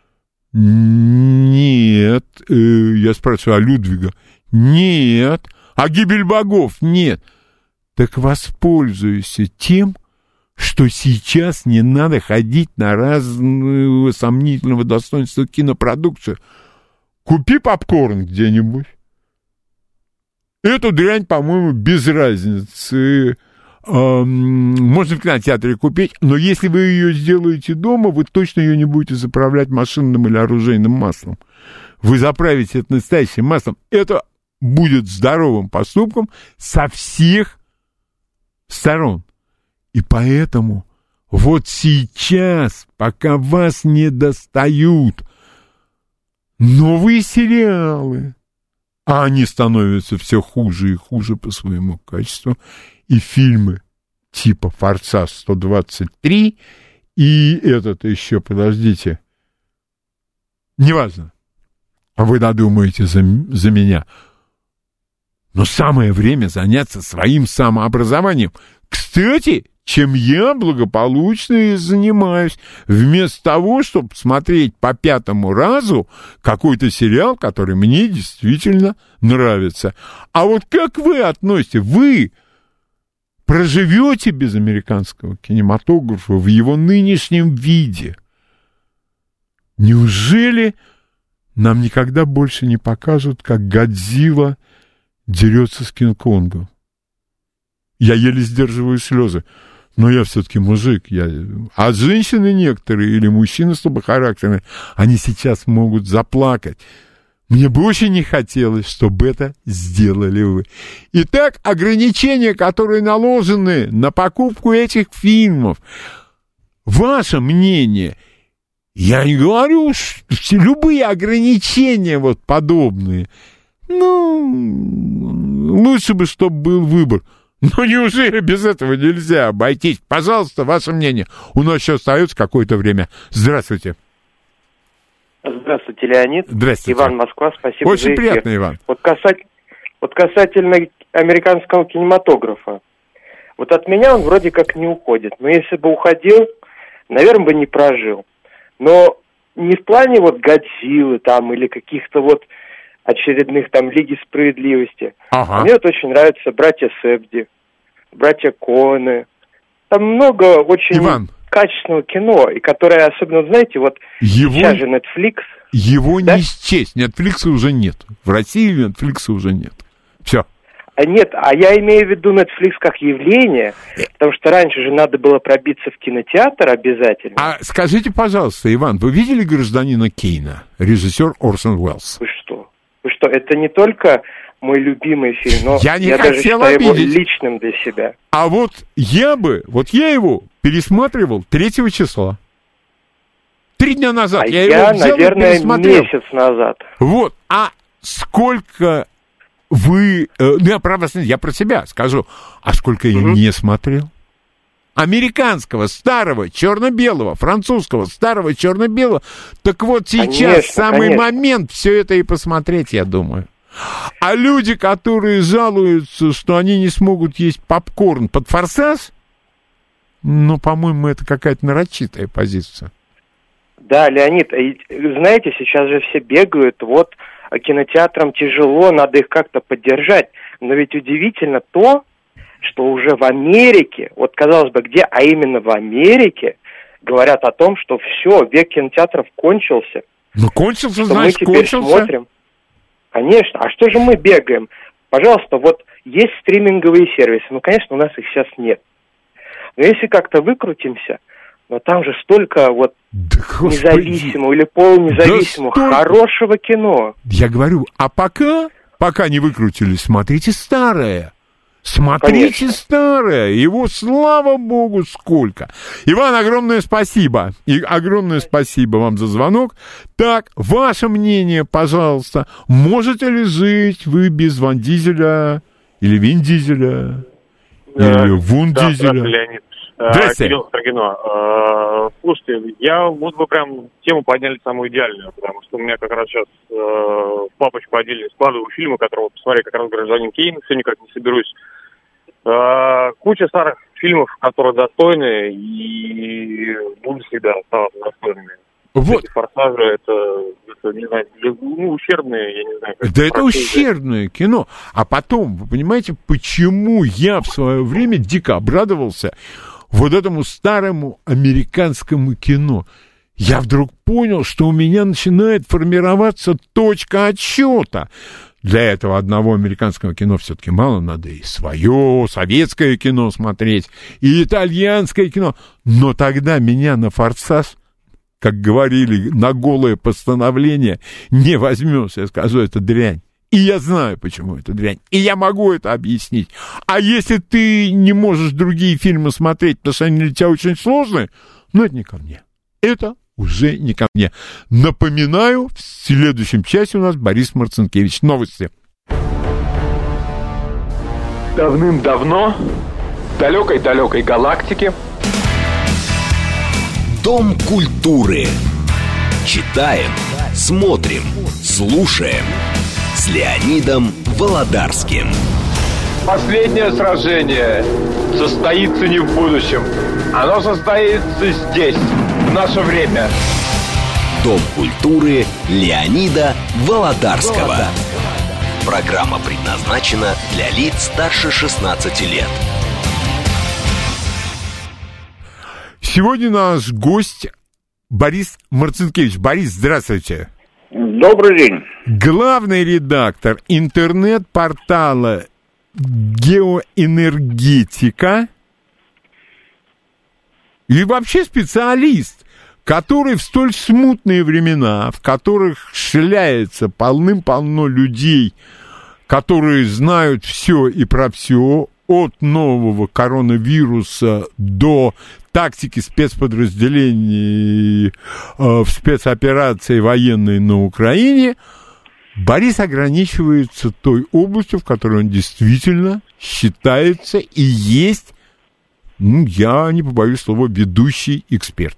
Нет. Я спрашиваю, а Людвига? Нет. А «Гибель богов»? Нет. Так воспользуйся тем, что сейчас не надо ходить на разную сомнительного достоинства кинопродукцию. Купи попкорн где-нибудь. Эту дрянь, по-моему, без разницы. Можно в кинотеатре купить, но если вы ее сделаете дома, вы точно ее не будете заправлять машинным или оружейным маслом. Вы заправите это настоящим маслом. Это будет здоровым поступком со всех сторон. И поэтому вот сейчас, пока вас не достают новые сериалы, а они становятся все хуже и хуже по своему качеству, и фильмы типа «Форсаж 123», и этот еще, подождите, неважно, вы додумаете за меня, но самое время заняться своим самообразованием. Кстати, чем я благополучно и занимаюсь, вместо того, чтобы смотреть по 5-му разу какой-то сериал, который мне действительно нравится. А вот как вы относитесь? Вы проживете без американского кинематографа в его нынешнем виде? Неужели нам никогда больше не покажут, как Годзилла дерется с Кинг-Конгом? Я еле сдерживаю слезы. Но я все-таки мужик. А женщины некоторые или мужчины слабохарактерные, они сейчас могут заплакать. Мне бы очень не хотелось, чтобы это сделали вы. Итак, ограничения, которые наложены на покупку этих фильмов. Ваше мнение? Я не говорю, что любые ограничения вот подобные. Лучше бы, чтобы был выбор. Но неужели без этого нельзя обойтись? Пожалуйста, ваше мнение. У нас еще остается какое-то время. Здравствуйте. Здравствуйте, Леонид. Здравствуйте. Иван, Москва, спасибо очень за эфир. приятно, Иван. Вот касательно американского кинематографа. Вот от меня он вроде как не уходит. Но если бы уходил, наверное, бы не прожил. Но не в плане вот Годзиллы там или каких-то вот очередных там Лиги Справедливости. Ага. Мне вот очень нравятся братья Сэбди, братья Коэны. Там много очень качественного кино, и которое особенно, знаете, вот сейчас же Netflix. Его не счесть. Netflix уже нет. В России Netflix уже нет. Все. Нет, а я имею в виду Netflix как явление, потому что раньше же надо было пробиться в кинотеатр обязательно. А скажите, пожалуйста, Иван, вы видели «Гражданина Кейна», режиссер Орсон Уэллс? Вы что, это не только мой любимый фильм, но я даже считаю его личным для себя. А вот я его пересматривал 3 числа. 3 дня назад. Я его взял, наверное, пересмотрел. месяц назад. Вот, а сколько вы... я про себя скажу. А сколько я не смотрел? Американского, старого, черно-белого, французского, старого, черно-белого. Так вот сейчас самый момент все это и посмотреть, я думаю. А люди, которые жалуются, что они не смогут есть попкорн под «Форсаж», по-моему, это какая-то нарочитая позиция. Да, Леонид, знаете, сейчас же все бегают, вот кинотеатрам тяжело, надо их как-то поддержать. Но ведь удивительно то, что уже в Америке, вот казалось бы, где, а именно в Америке, говорят о том, что все, век кинотеатров кончился. Ну, кончился, что значит, мы теперь кончился. смотрим. Конечно. А что же мы бегаем? Пожалуйста, вот есть стриминговые сервисы. Ну, конечно, у нас их сейчас нет. Но если как-то выкрутимся, но там же столько вот Да, Господи. независимого или полунезависимого, Да столько. хорошего кино. Я говорю, а пока не выкрутились, смотрите старое. Смотрите Конечно. старое. Его, слава богу, сколько. Иван, огромное спасибо. И огромное спасибо вам за звонок. Так, ваше мнение, пожалуйста. Можете ли жить вы без Ван Дизеля или Вин Дизеля? Или Вун Да, Дизеля? здравствуйте, Леонид. Здрасте. Кирилл Строгино. Слушайте, вот вы прям тему подняли самую идеальную, потому что у меня как раз сейчас в папочку отдельно складываю фильмы, которые, посмотри, как раз «Гражданин Кейн», все никак не соберусь. Куча старых фильмов, которые достойны и будут всегда оставаться достойными. Вот. Эти «Форсажи» это, не знаю, ущербные, я не знаю. Да это ущербное кино. А потом, вы понимаете, почему я в свое время дико обрадовался вот этому старому американскому кино? Я вдруг понял, что у меня начинает формироваться точка отсчета. Для этого одного американского кино все-таки мало, надо и свое, советское кино смотреть, и итальянское кино. Но тогда меня на «Форсаж», как говорили, на голое постановление не возьмешь. Я скажу, это дрянь. И я знаю, почему это дрянь. И я могу это объяснить. А если ты не можешь другие фильмы смотреть, потому что они для тебя очень сложные, ну, это не ко мне. Это уже не ко мне. Напоминаю, в следующем часе у нас Борис Марцинкевич. Новости. Давным-давно в далекой-далекой галактике Дом культуры. Читаем, смотрим, слушаем. С Леонидом Володарским. последнее сражение состоится не в будущем. Оно состоится здесь, в наше время. Дом культуры Леонида Володарского. Программа предназначена для лиц старше 16 лет. Сегодня наш гость Борис Марцинкевич. Борис, здравствуйте. Добрый день. Главный редактор интернет-портала «Геоэнергетика» и вообще специалист, который в столь смутные времена, в которых шляется полным-полно людей, которые знают все и про все, от нового коронавируса до тактики спецподразделений в спецоперации военной на Украине, Борис ограничивается той областью, в которой он действительно считается и есть, я не побоюсь слова, ведущий эксперт.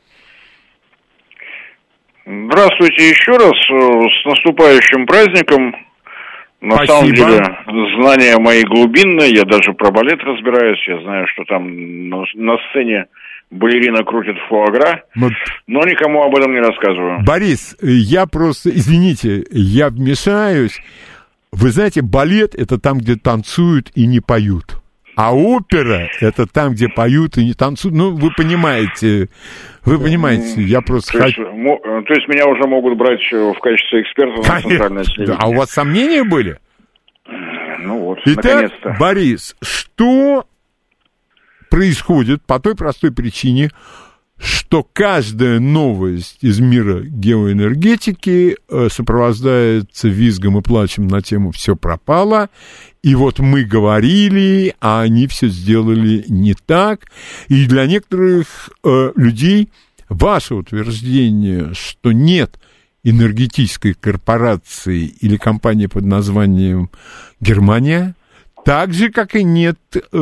Здравствуйте еще раз, с наступающим праздником. На Спасибо. самом деле, знания мои глубинные, я даже про балет разбираюсь, я знаю, что там на сцене балерина крутит фуагра, но никому об этом не рассказываю. Борис, я просто, извините, я вмешаюсь. Вы знаете, балет — это там, где танцуют и не поют. А опера — это там, где поют и не танцуют. Ну, вы понимаете, я просто хочу... То есть меня уже могут брать в качестве эксперта на центральное телевидение. А у вас сомнения были? Ну вот, итак, наконец-то. Борис, что происходит по той простой причине, что каждая новость из мира геоэнергетики сопровождается визгом и плачем на тему «все пропало», и вот мы говорили, а они все сделали не так. И для некоторых людей ваше утверждение, что нет энергетической корпорации или компании под названием Германия, так же, как и нет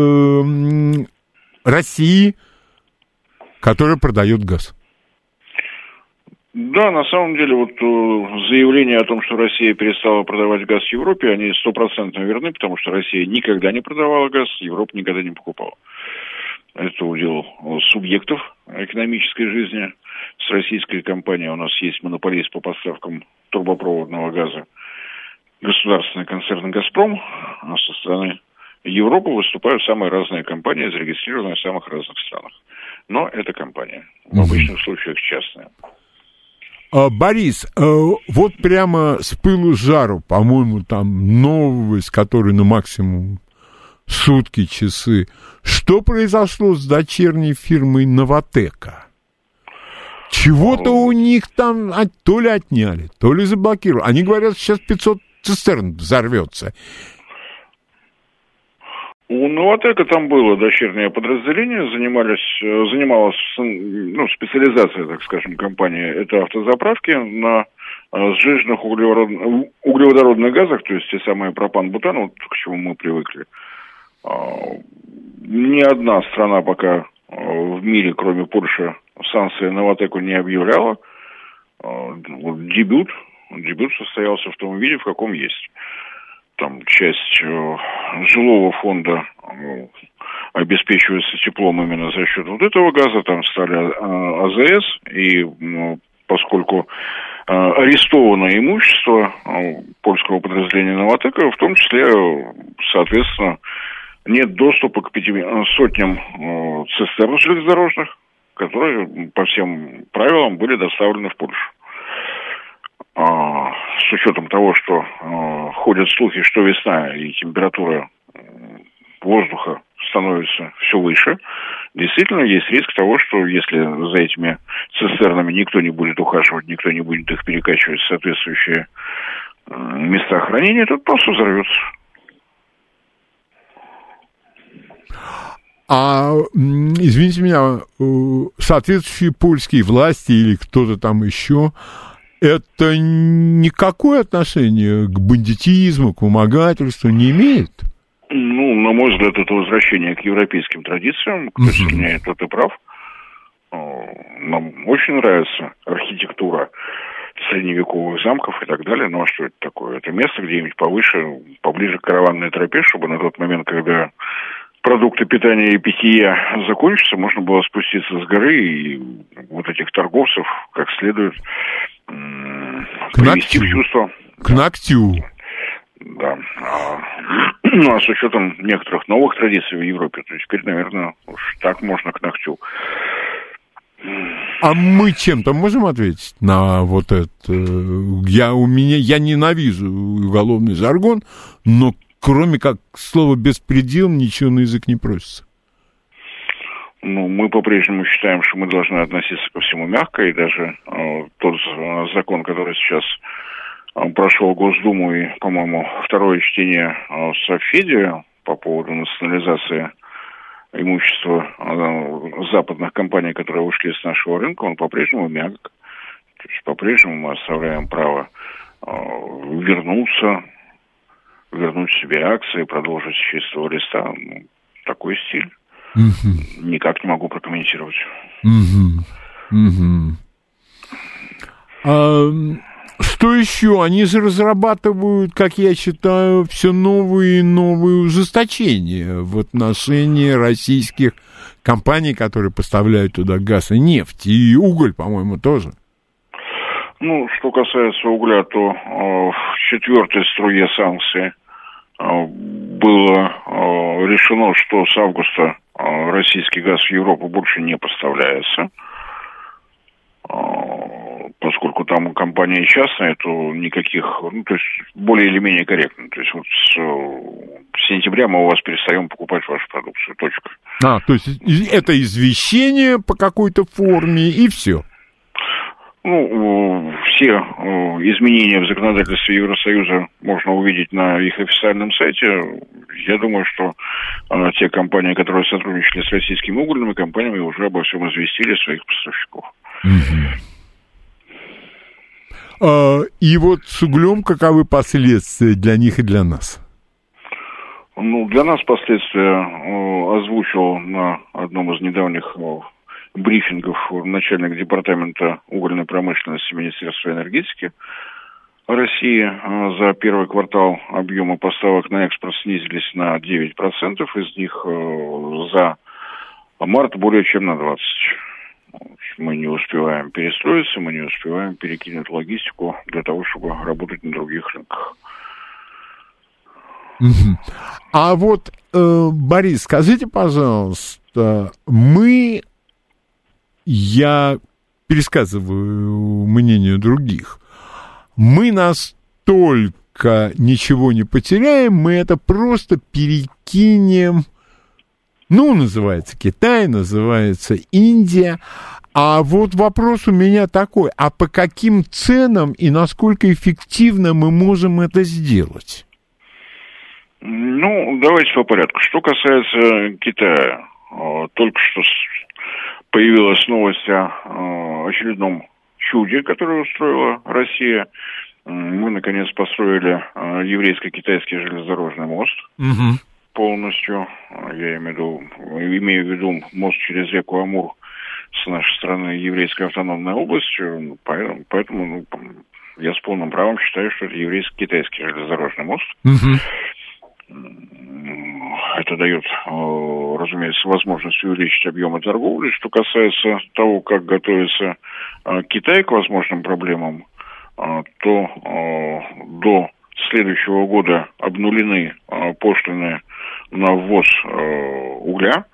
России, которая продает газ. Да, на самом деле, вот заявление о том, что Россия перестала продавать газ Европе, они 100% верны, потому что Россия никогда не продавала газ, Европа никогда не покупала. Это удел субъектов экономической жизни. С российской компанией у нас есть монополист по поставкам трубопроводного газа, государственный концерн «Газпром», а со стороны Европы выступают самые разные компании, зарегистрированные в самых разных странах. Но это компания, в обычных случаях частная. Борис, вот прямо с пылу с жару, по-моему, там новость, которая на максимум сутки, часы. Что произошло с дочерней фирмой «Новотека»? Чего-то у них там то ли отняли, то ли заблокировали. Они говорят, сейчас 500 цистерн взорвется. У «Новотека» там было дочернее подразделение, занималась специализация, так скажем, компании. Это автозаправки на сжиженных углеводородных газах, то есть те самые пропан-бутан, вот к чему мы привыкли. Ни одна страна пока в мире, кроме Польши, санкции «Новотеку» не объявляла. Вот дебют состоялся в том виде, в каком есть. Там часть жилого фонда обеспечивается теплом именно за счет вот этого газа, там стали АЗС, и поскольку арестовано имущество польского подразделения «Новотека», в том числе, соответственно, нет доступа к 500 цистерн железнодорожных, которые по всем правилам были доставлены в Польшу. С учетом того, что ходят слухи, что весна и температура воздуха становится все выше, действительно есть риск того, что если за этими цистернами никто не будет ухаживать, никто не будет их перекачивать в соответствующие места хранения, то просто взорвется. Извините меня, соответствующие польские власти или кто-то там еще, это никакое отношение к бандитизму, к вымогательству не имеет? Ну, на мой взгляд, это возвращение к европейским традициям. Кто сильнее, тот и прав. Нам очень нравится архитектура средневековых замков и так далее. Ну, а что это такое? Это место где-нибудь повыше, поближе к караванной тропе, чтобы на тот момент, когда продукты питания и питья закончатся, можно было спуститься с горы и вот этих торговцев как следует привести в чувство. К ногтю. Да. Ну, а с учетом некоторых новых традиций в Европе, то теперь, наверное, уж так можно к ногтю. А мы чем-то можем ответить на вот это? Я ненавижу уголовный жаргон, но кроме как слова «беспредел» ничего на язык не просится. Ну, мы по-прежнему считаем, что мы должны относиться ко всему мягко, и даже тот закон, который сейчас прошел Госдуму и, по-моему, второе чтение в Совфеде по поводу национализации имущества западных компаний, которые ушли с нашего рынка, он по-прежнему мягок. То есть по-прежнему мы оставляем право вернуть себе акции, продолжить с чистого листа. Ну, такой стиль. Никак не могу прокомментировать. Что еще? Они же разрабатывают, как я считаю, все новые и новые ужесточения в отношении российских компаний, которые поставляют туда газ и нефть, и уголь, по-моему, тоже. Ну, что касается угля, то в четвертой струе санкций было решено, что с августа российский газ в Европу больше не поставляется. Поскольку там компания частная, то никаких, то есть более или менее корректно. То есть вот с сентября мы у вас перестаем покупать вашу продукцию. Точка. То есть это извещение по какой-то форме и все. Ну, все изменения в законодательстве Евросоюза можно увидеть на их официальном сайте. Я думаю, что те компании, которые сотрудничали с российскими угольными компаниями, уже обо всем известили своих поставщиков. И вот с углем каковы последствия для них и для нас? Ну, для нас последствия озвучил на одном из недавних брифингов начальник департамента угольной промышленности Министерства энергетики России. За первый квартал объемы поставок на экспорт снизились на 9%, из них за март более чем на 20%. Мы не успеваем перестроиться, мы не успеваем перекинуть логистику для того, чтобы работать на других рынках. А вот, Борис, скажите, пожалуйста, я пересказываю мнение других. Мы настолько ничего не потеряем, мы это просто перекинем, называется Китай, называется Индия. А вот вопрос у меня такой, а по каким ценам и насколько эффективно мы можем это сделать? Давайте по порядку. Что касается Китая, только что появилась новость о очередном чуде, которое устроила Россия. Мы, наконец, построили еврейско-китайский железнодорожный мост полностью. Я имею в виду мост через реку Амур с нашей стороны еврейской автономной областью. Поэтому я с полным правом считаю, что это еврейско-китайский железнодорожный мост. Это дает, разумеется, возможность увеличить объемы торговли. Что касается того, как готовится Китай к возможным проблемам, то до следующего года обнулены пошлины на ввоз угля.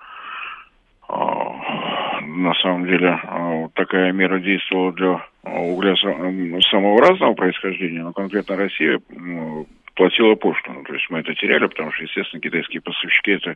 На самом деле такая мера действовала для угля самого разного происхождения, но конкретно Россия платила пошлину. То есть мы это теряли, потому что, естественно, китайские поставщики это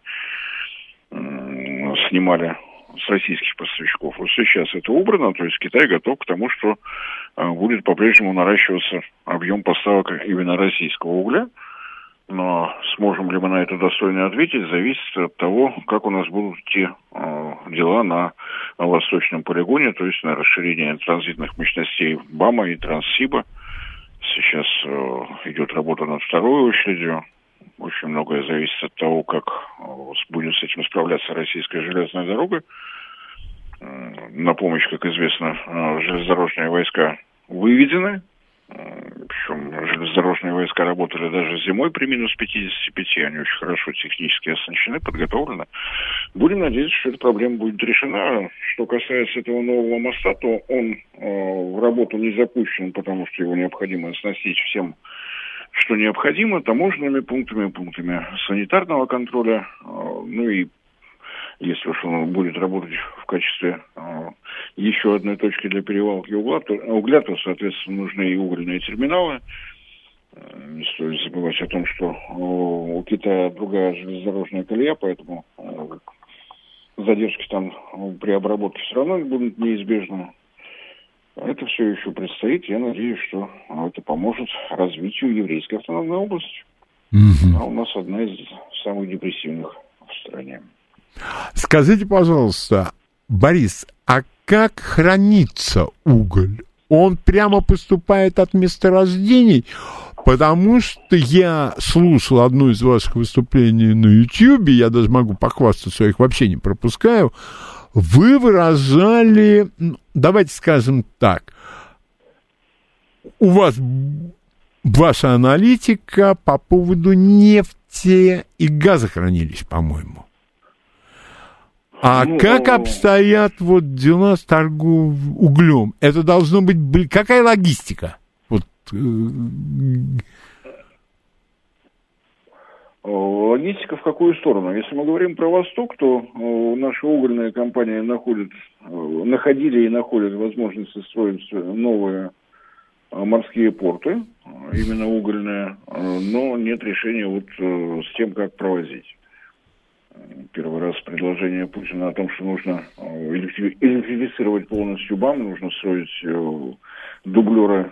снимали с российских поставщиков. Вот сейчас это убрано, то есть Китай готов к тому, что будет по-прежнему наращиваться объем поставок именно российского угля. Но сможем ли мы на это достойно ответить, зависит от того, как у нас будут идти дела на восточном полигоне, то есть на расширение транзитных мощностей БАМа и Транссиба. Сейчас идет работа над второй очередью. Очень многое зависит от того, как будет с этим справляться российская железная дорога. На помощь, как известно, железнодорожные войска выведены. Причем железнодорожные войска работали даже зимой при минус 55. Они очень хорошо технически оснащены, подготовлены. Будем надеяться, что эта проблема будет решена. Что касается этого нового моста, то он в работу не запущен, потому что его необходимо оснастить всем, что необходимо, таможенными пунктами санитарного контроля, и если уж он будет работать в качестве еще одной точки для перевалки угля, то, соответственно, нужны и угольные терминалы. Не стоит забывать о том, что у Китая другая железнодорожная колея, поэтому задержки там при обработке все равно будут неизбежны. Это все еще предстоит. Я надеюсь, что это поможет развитию еврейской автономной области. А у нас одна из самых депрессивных в стране. Скажите, пожалуйста, Борис, а как хранится уголь? Он прямо поступает от месторождений? Потому что я слушал одно из ваших выступлений на YouTube, я даже могу похвастаться, я их вообще не пропускаю. Вы выражали, давайте скажем так, у вас ваша аналитика по поводу нефти и газохранилищ, по-моему. А как обстоят дела с торговлей углем? Это должно быть... Какая логистика? Логистика в какую сторону? Если мы говорим про Восток, то наши угольные компании находили и находят возможность строить новые морские порты, именно угольные, но нет решения с тем, как провозить. Первый раз предложение Путина о том, что нужно электрифицировать полностью БАМ, нужно строить дублеры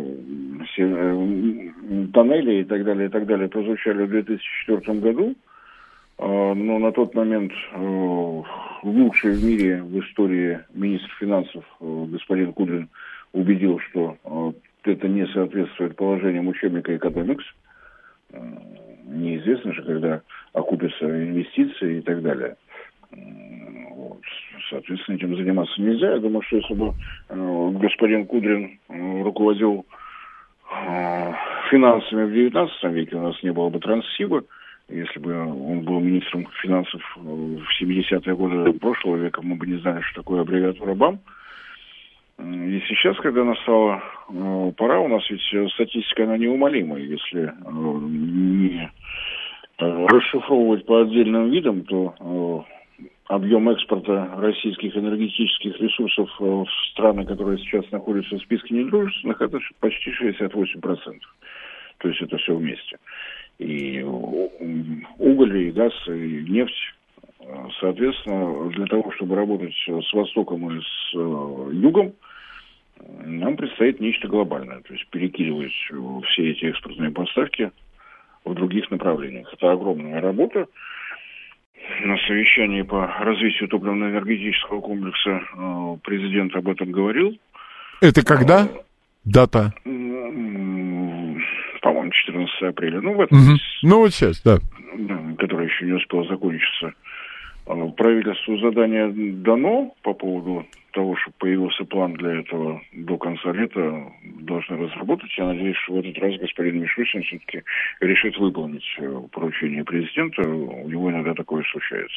тоннелей и так далее, прозвучали в 2004 году. Но на тот момент лучший в мире в истории министр финансов господин Кудрин убедил, что это не соответствует положениям учебника «Экономикс». Неизвестно же, когда окупятся инвестиции и так далее. Соответственно, этим заниматься нельзя. Я думаю, что если бы господин Кудрин руководил финансами в 19 веке, у нас не было бы Транссиба. Если бы он был министром финансов в 70-е годы прошлого века, мы бы не знали, что такое аббревиатура БАМ. И сейчас, когда настала пора, у нас ведь статистика, она неумолима. Если не расшифровывать по отдельным видам, то объем экспорта российских энергетических ресурсов в страны, которые сейчас находятся в списке недружественных, это почти 68%. То есть это все вместе. И уголь, и газ, и нефть. Соответственно, для того, чтобы работать с Востоком и с Югом, нам предстоит нечто глобальное. То есть перекидывать все эти экспортные поставки в других направлениях. Это огромная работа. На совещании по развитию топливно-энергетического комплекса президент об этом говорил. Это когда? Дата? По-моему, 14 апреля. Ну, в этом месяце. Ну, вот сейчас, да. Который еще не успел закончиться. Правительству задание дано по поводу того, чтобы появился план для этого до конца лета, должны разработать. Я надеюсь, что в этот раз господин Мишустин все-таки решит выполнить поручение президента. У него иногда такое случается.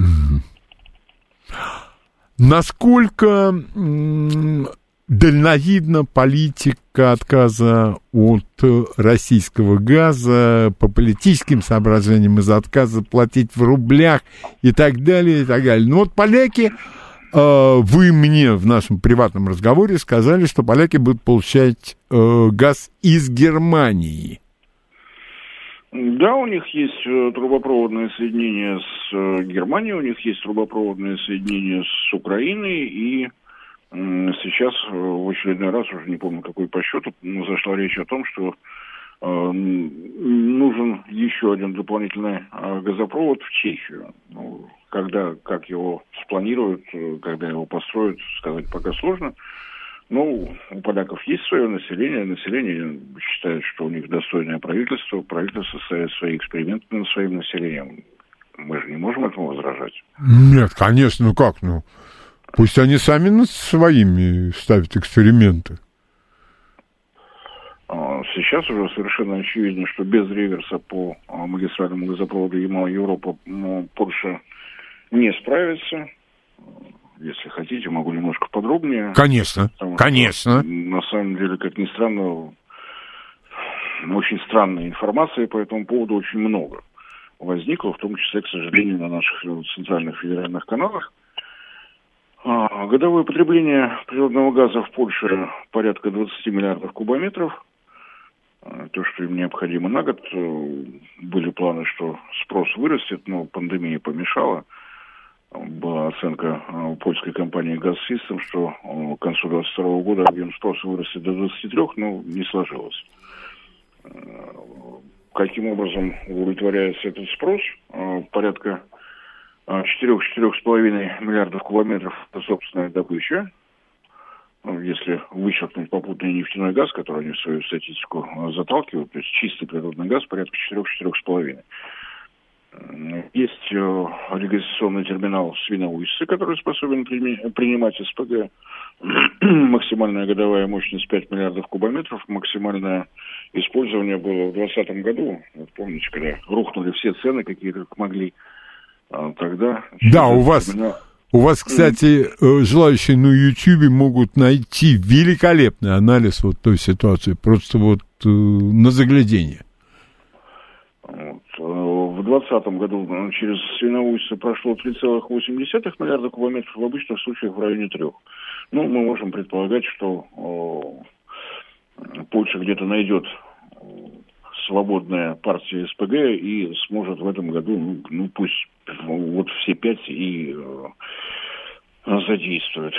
Насколько дальновидна политика отказа от российского газа по политическим соображениям из-за отказа платить в рублях и так далее, и так далее. Ну вот поляки, вы мне в нашем приватном разговоре сказали, что поляки будут получать газ из Германии. Да, у них есть трубопроводное соединение с Германией, у них есть трубопроводное соединение с Украиной, и сейчас в очередной раз, уже не помню какой по счету, зашла речь о том, что нужен еще один дополнительный газопровод в Чехию. Ну, как его спланируют, когда его построят, сказать пока сложно. Но у поляков есть свое население считает, что у них достойное правительство ставит свои эксперименты над своим населением. Мы же не можем этому возражать. Нет, конечно, ну как, пусть они сами над своими ставят эксперименты. Сейчас уже совершенно очевидно, что без реверса по магистральному газопроводу Ямал-Европа Польша не справится. Если хотите, могу немножко подробнее. Конечно, конечно. На самом деле, как ни странно, очень странной информации по этому поводу очень много возникло, в том числе, к сожалению, на наших центральных федеральных каналах. Годовое потребление природного газа в Польше порядка 20 миллиардов кубометров. То, что им необходимо на год. Были планы, что спрос вырастет, но пандемия помешала. Была оценка польской компании «Газсистем», что к концу 2022 года объем спроса вырастет до 23, но не сложилось. Каким образом удовлетворяется этот спрос? Порядка 4-4,5 миллиардов кубометров – это собственная добыча. Если вычеркнуть попутный нефтяной газ, который они в свою статистику заталкивают, то есть чистый природный газ порядка 4-4,5. Есть регистрационный терминал в Свиноujście, который способен принимать СПГ. Максимальная годовая мощность 5 миллиардов кубометров. Максимальное использование было в 2020 году. Вот помните, когда рухнули все цены, какие только могли. Тогда... Да, у вас, кстати, желающие на Ютьюбе могут найти великолепный анализ вот той ситуации. Просто вот на заглядение. В 2020 году через Свиноujście прошло 3,8 миллиарда кубометров, в обычных случаях в районе 3. Ну, мы можем предполагать, что Польша где-то найдет свободная партия СПГ и сможет в этом году, пусть вот все 5 и задействует.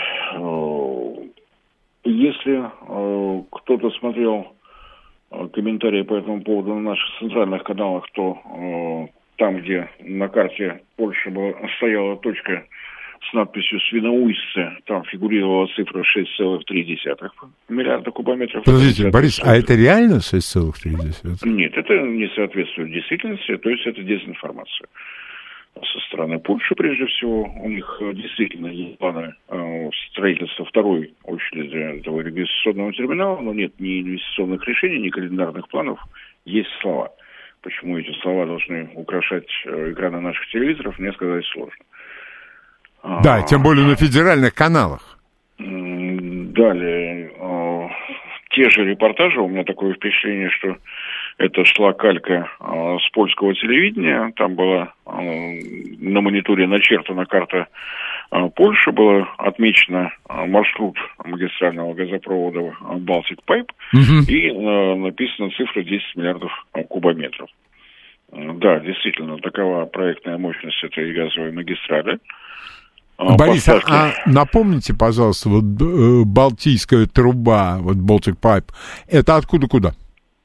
Если кто-то смотрел комментарии по этому поводу на наших центральных каналах, то там, где на карте Польши стояла точка с надписью «Свиноujście», там фигурировала цифра 6,3 миллиарда кубометров. Подождите, Борис, а это реально 6,3? Нет, это не соответствует действительности, то есть это дезинформация. Со стороны Польши, прежде всего, у них действительно есть планы строительства второй очереди этого регистрационного терминала, но нет ни инвестиционных решений, ни календарных планов, есть слова. Почему эти слова должны украшать экраны наших телевизоров, мне сказать сложно. Да, тем более на федеральных каналах. Далее, те же репортажи, у меня такое впечатление, что Это шла калька с польского телевидения. Там была на мониторе начертана карта Польши, была отмечена маршрут магистрального газопровода Baltic Pipe, и написана цифра 10 миллиардов кубометров. Да, действительно, такова проектная мощность этой газовой магистрали. Борис, напомните, пожалуйста, вот Балтийская труба, вот Baltic Pipe, это откуда куда?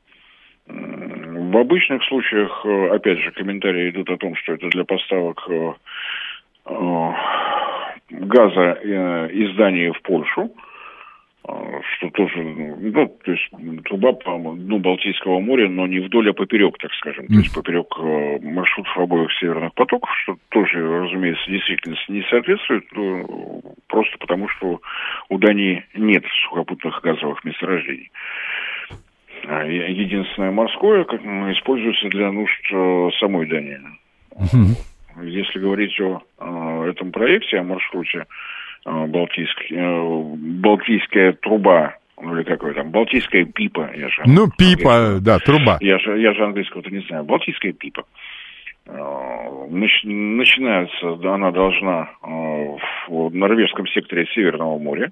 В обычных случаях, опять же, комментарии идут о том, что это для поставок газа из Дании в Польшу, что тоже, ну, то есть труба по дну Балтийского моря, но не вдоль, а поперек, так скажем, то есть поперек маршрутов обоих северных потоков, что тоже, разумеется, действительности не соответствует, просто потому что у Дании нет сухопутных газовых месторождений. Единственное морское, как используется для нужд самой Дании. Если говорить о этом проекте, о маршруте Балтийская труба, ну или какой там, Балтийская пипа. Пипа, да, труба. Я же английского-то не знаю. Балтийская пипа. Начинается, она должна в норвежском секторе Северного моря.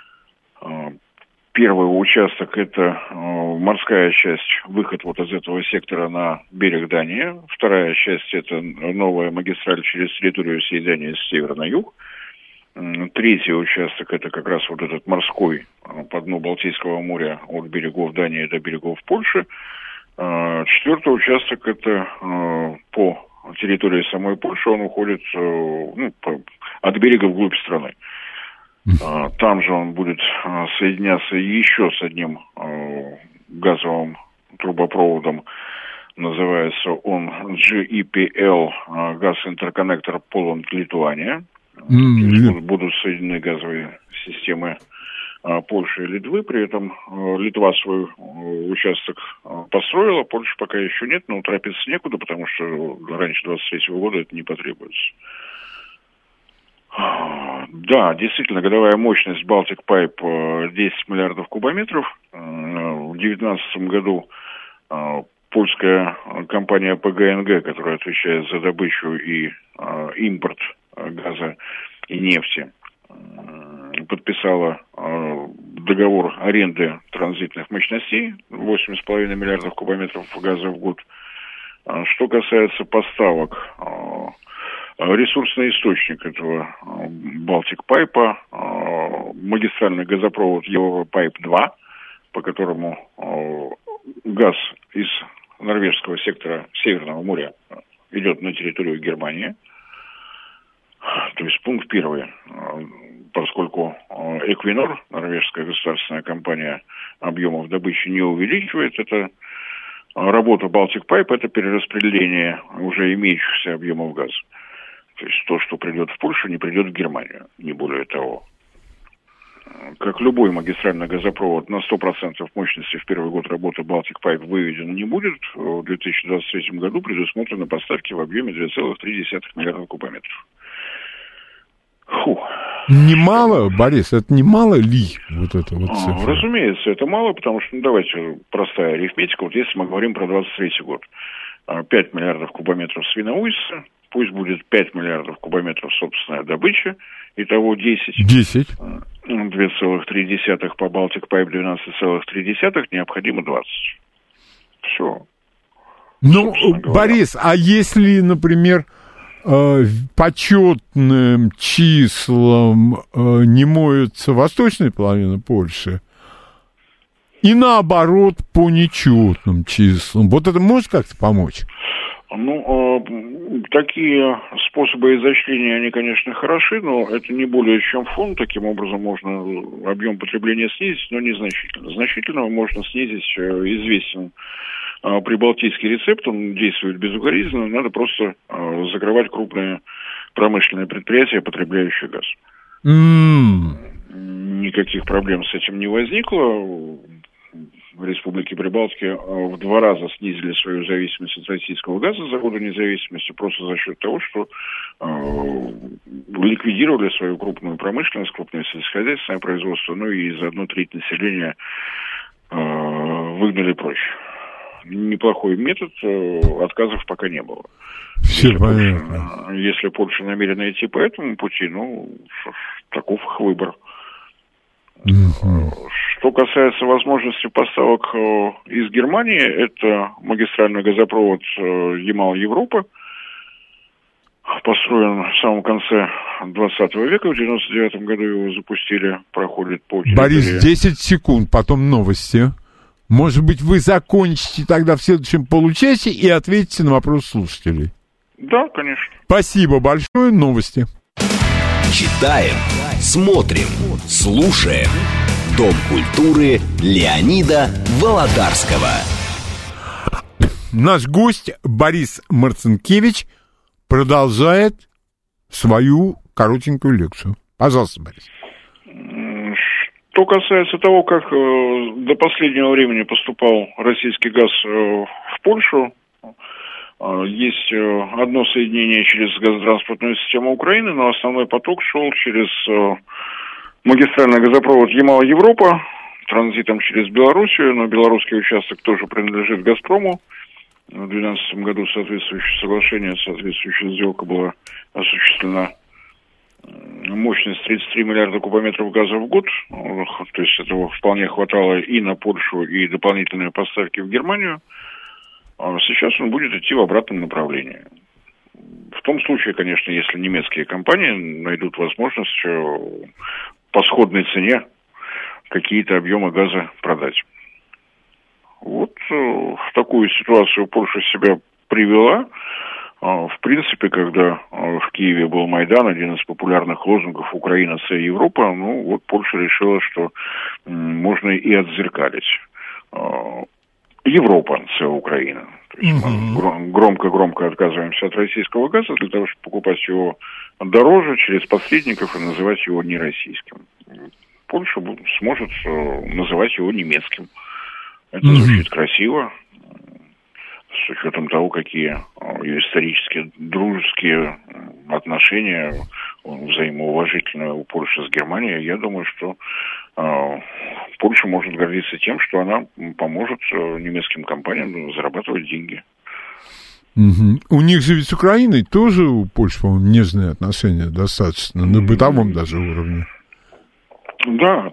Первый участок – это морская часть, выход вот из этого сектора на берег Дании. Вторая часть – это новая магистраль через территорию всей Дании с севера на юг. Третий участок – это как раз вот этот морской по дну Балтийского моря от берегов Дании до берегов Польши. Четвертый участок – это по территории самой Польши, он уходит от берега вглубь страны. Там же он будет соединяться еще с одним газовым трубопроводом. Называется он GEPL, газ-интерконнектор Поланд-Литуания. Будут соединены газовые системы Польши и Литвы. При этом Литва свой участок построила, Польши пока еще нет, но торопиться некуда, потому что раньше 2023 года это не потребуется. Да, действительно, годовая мощность Baltic Pipe 10 миллиардов кубометров. В 2019 году польская компания ПГНГ, которая отвечает за добычу и импорт газа и нефти, подписала договор аренды транзитных мощностей 8,5 миллиардов кубометров газа в год. Что касается поставок, ресурсный источник этого Baltic Pipe, магистральный газопровод Европайп-2, по которому газ из норвежского сектора Северного моря идет на территорию Германии. То есть пункт первый. Поскольку Equinor, норвежская государственная компания, объемов добычи не увеличивает, это работа Baltic Pipe, это перераспределение уже имеющихся объемов газа. То есть то, что придет в Польшу, не придет в Германию, не более того. Как любой магистральный газопровод, на 100% мощности в первый год работы Baltic Pipe выведен не будет. В 2023 году предусмотрены поставки в объеме 2,3 миллиарда кубометров. Немало, Борис, это немало ли вот это вот цифра? Разумеется, это мало, потому что, давайте, простая арифметика. Вот если мы говорим про 2023 год, 5 миллиардов кубометров свиноujца, пусть будет 5 миллиардов кубометров собственная добыча, итого 10. 10. 2,3 по Baltic Pipe, 12,3, необходимо 20. Все. Ну, Борис, а если, например, по четным числам не моется восточная половина Польши, и наоборот по нечетным числам, вот это может как-то помочь? Ну, такие способы изощрения, они, конечно, хороши, но это не более чем фон. Таким образом можно объем потребления снизить, но незначительно. Значительно можно снизить, известен прибалтийский рецепт, он действует безукоризненно, надо просто закрывать крупные промышленные предприятия, потребляющие газ. Никаких проблем с этим не возникло. В Республике Прибалтики в 2 раза снизили свою зависимость от российского газа за годы независимости просто за счет того, что ликвидировали свою крупную промышленность, крупное сельскохозяйственное производство, ну и заодно треть населения выгнали прочь. неплохой метод, отказов пока не было. Все понятно. Если Польша намерена идти по этому пути, ну, таков их выбор. Что касается возможности поставок из Германии, это магистральный газопровод Ямал-Европа, построен в самом конце 20 века, в 99 году его запустили, проходит по территории... Борис, 10 секунд, потом новости. Может быть, вы закончите тогда в следующем получасе и ответите на вопрос слушателей? Да, конечно. Спасибо большое, новости. Читаем, смотрим, слушаем. Дом культуры Леонида Володарского. Наш гость Борис Марцинкевич продолжает свою коротенькую лекцию. Пожалуйста, Борис. Что касается того, как до последнего времени поступал российский газ в Польшу, есть одно соединение через газотранспортную систему Украины, но основной поток шел через магистральный газопровод Ямал-Европа, транзитом через Белоруссию, но белорусский участок тоже принадлежит «Газпрому». В 2012 году соответствующее соглашение, соответствующая сделка была осуществлена. Мощность 33 миллиарда кубометров газа в год, то есть этого вполне хватало и на Польшу, и дополнительные поставки в Германию. А сейчас он будет идти в обратном направлении. В том случае, конечно, если немецкие компании найдут возможность по сходной цене какие-то объемы газа продать. Вот в такую ситуацию Польша себя привела. В принципе, когда в Киеве был Майдан, один из популярных лозунгов «Украина, це Европа», ну вот Польша решила, что можно и отзеркалить. Европа, це Украина. То есть мы громко-громко отказываемся от российского газа для того, чтобы покупать его дороже через посредников и называть его не российским. Польша сможет называть его немецким. Это звучит красиво, с учетом того, какие исторические, дружеские отношения, взаимоуважительные у Польши с Германией. Я думаю, что Польша может гордиться тем, что она поможет немецким компаниям зарабатывать деньги. У них же ведь с Украиной тоже у Польши, по-моему, нежные отношения достаточно, на бытовом даже уровне. Да.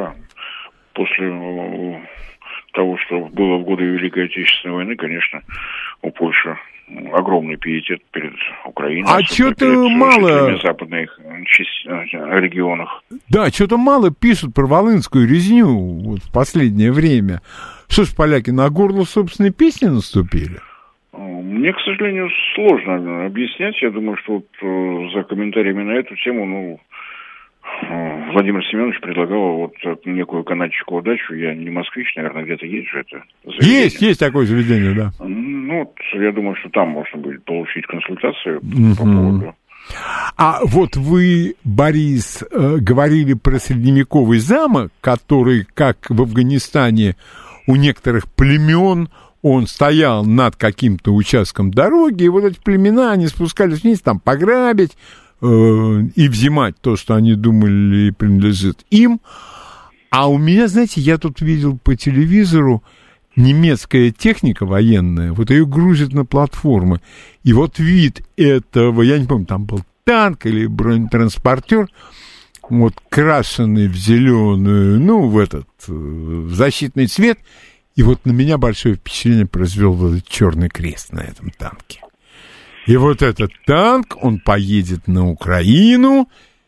После того, что было в годы Великой Отечественной войны, конечно, у Польши огромный пиетет перед Украиной. А что-то мало... в западных регионах. Да, что-то мало пишут про волынскую резню вот в последнее время. Что ж, поляки на горло собственной песни наступили? Мне, к сожалению, сложно объяснять. Я думаю, что вот за комментариями на эту тему, Владимир Семенович предлагал вот некую канатчиковую дачу. Я не москвич, наверное, где-то есть же это заведение. Есть такое заведение, да. Я думаю, что там можно будет получить консультацию по поводу. А вот вы, Борис, говорили про средневековый замок, который, как в Афганистане у некоторых племен, он стоял над каким-то участком дороги, и вот эти племена, они спускались вниз, там пограбить, и взимать то, что они думали принадлежит им. А у меня, знаете, я тут видел по телевизору немецкая техника военная, вот ее грузят на платформы. И вот вид этого, я не помню, там был танк или бронетранспортер, вот крашеный в зеленую, в защитный цвет. И вот на меня большое впечатление произвел вот этот черный крест на этом танке. И вот этот танк, он поедет на Украину.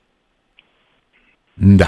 Да.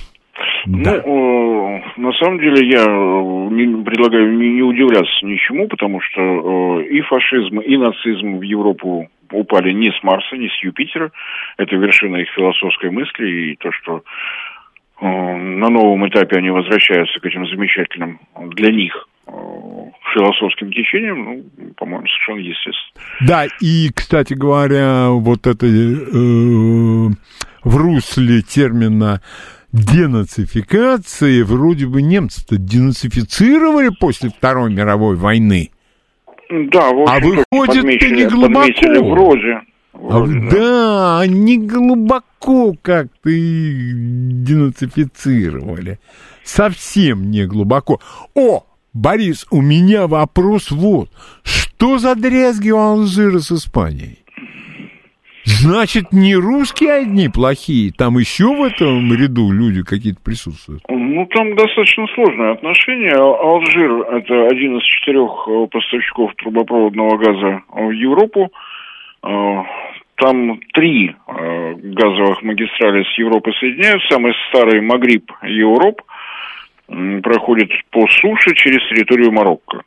На самом деле я предлагаю не удивляться ничему, потому что и фашизм, и нацизм в Европу упали не с Марса, не с Юпитера. Это вершина их философской мысли, и то, что на новом этапе они возвращаются к этим замечательным для них философским течением, по-моему, совершенно естественно. Да, и, кстати говоря, вот это в русле термина денацификации вроде бы немцы-то денацифицировали после Второй мировой войны. Да, в общем, выходит, не глубоко. Вроде, да, не глубоко как-то их денацифицировали. Совсем не глубоко. Борис, у меня вопрос вот. Что за дрязги у Алжира с Испанией? Значит, не русские одни плохие, там еще в этом ряду люди какие-то присутствуют? Ну, там достаточно сложные отношения. Алжир – это один из 4 поставщиков трубопроводного газа в Европу. Там 3 газовых магистрали с Европой соединяют. Самый старый Магриб Европ проходит по суше через территорию Марокко.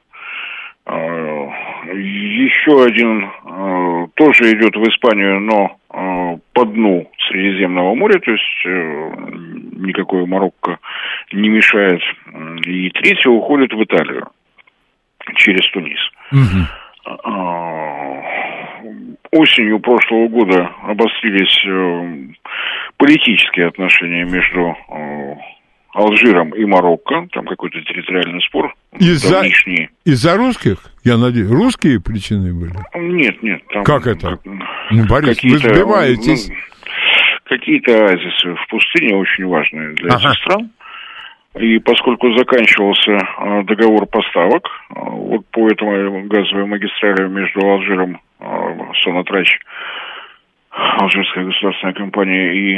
Еще один тоже идет в Испанию, но по дну Средиземного моря, то есть никакое Марокко не мешает. И 3 уходит в Италию через Тунис. Осенью прошлого года обострились политические отношения между Алжиром и Марокко, там какой-то территориальный спор. Из-за русских, я надеюсь, русские причины были? Нет. Там как это? Борис, вы сбиваетесь. Какие-то оазисы в пустыне очень важные для этих стран. И поскольку заканчивался договор поставок, вот по этому газовой магистрали между Алжиром, Сонатрач, Алжирская государственная компания, и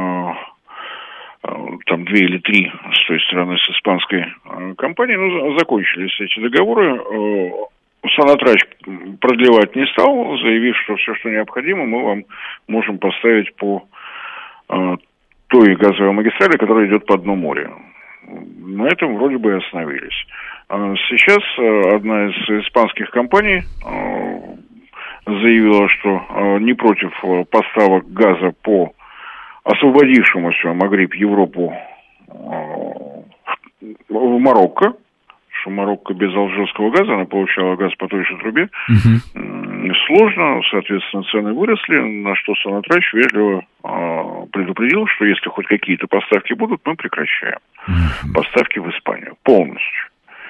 там 2 или 3 с той стороны, с испанской компанией, закончились эти договоры. Сонатрач продлевать не стал, заявив, что все, что необходимо, мы вам можем поставить по той газовой магистрали, которая идет по дну моря. На этом вроде бы и остановились. Сейчас одна из испанских компаний заявила, что не против поставок газа по освободившемуся Магриб Европу в Марокко, что Марокко без алжирского газа, она получала газ по той же трубе. Сложно, соответственно, цены выросли, на что Сонатрач вежливо предупредил, что если хоть какие-то поставки будут, мы прекращаем поставки в Испанию полностью.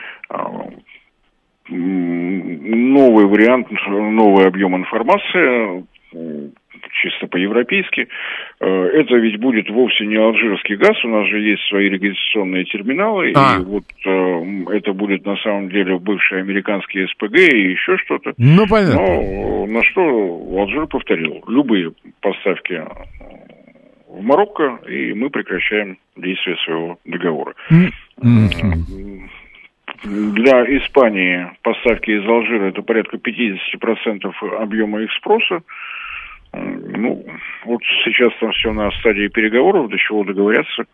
Новый вариант, новый объем информации, чисто по-европейски. Это ведь будет вовсе не алжирский газ, у нас же есть свои регистрационные терминалы, и вот это будет на самом деле бывшие американские СПГ и еще что-то. Ну, понятно. Но на что Алжир повторил: любые поставки в Марокко, и мы прекращаем действие своего договора. Для Испании поставки из Алжира — это порядка 50% объема их спроса. Ну, вот сейчас там все на стадии переговоров, до чего договорятся,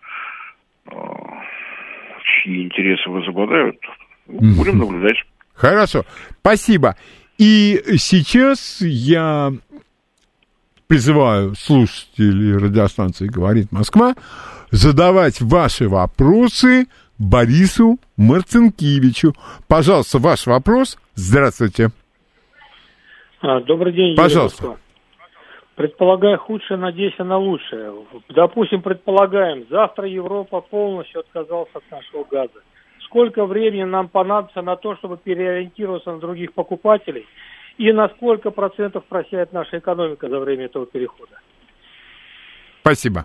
чьи интересы возобладают. Будем наблюдать. Хорошо, спасибо. И сейчас я призываю слушателей радиостанции «Говорит Москва» задавать ваши вопросы Борису Марцинкевичу. Пожалуйста, ваш вопрос. Здравствуйте. Добрый день, пожалуйста. Юрий. Предполагая худшее, надейся на лучшее. Допустим, предполагаем, завтра Европа полностью отказалась от нашего газа. Сколько времени нам понадобится на то, чтобы переориентироваться на других покупателей? И на сколько процентов просядет наша экономика за время этого перехода? Спасибо.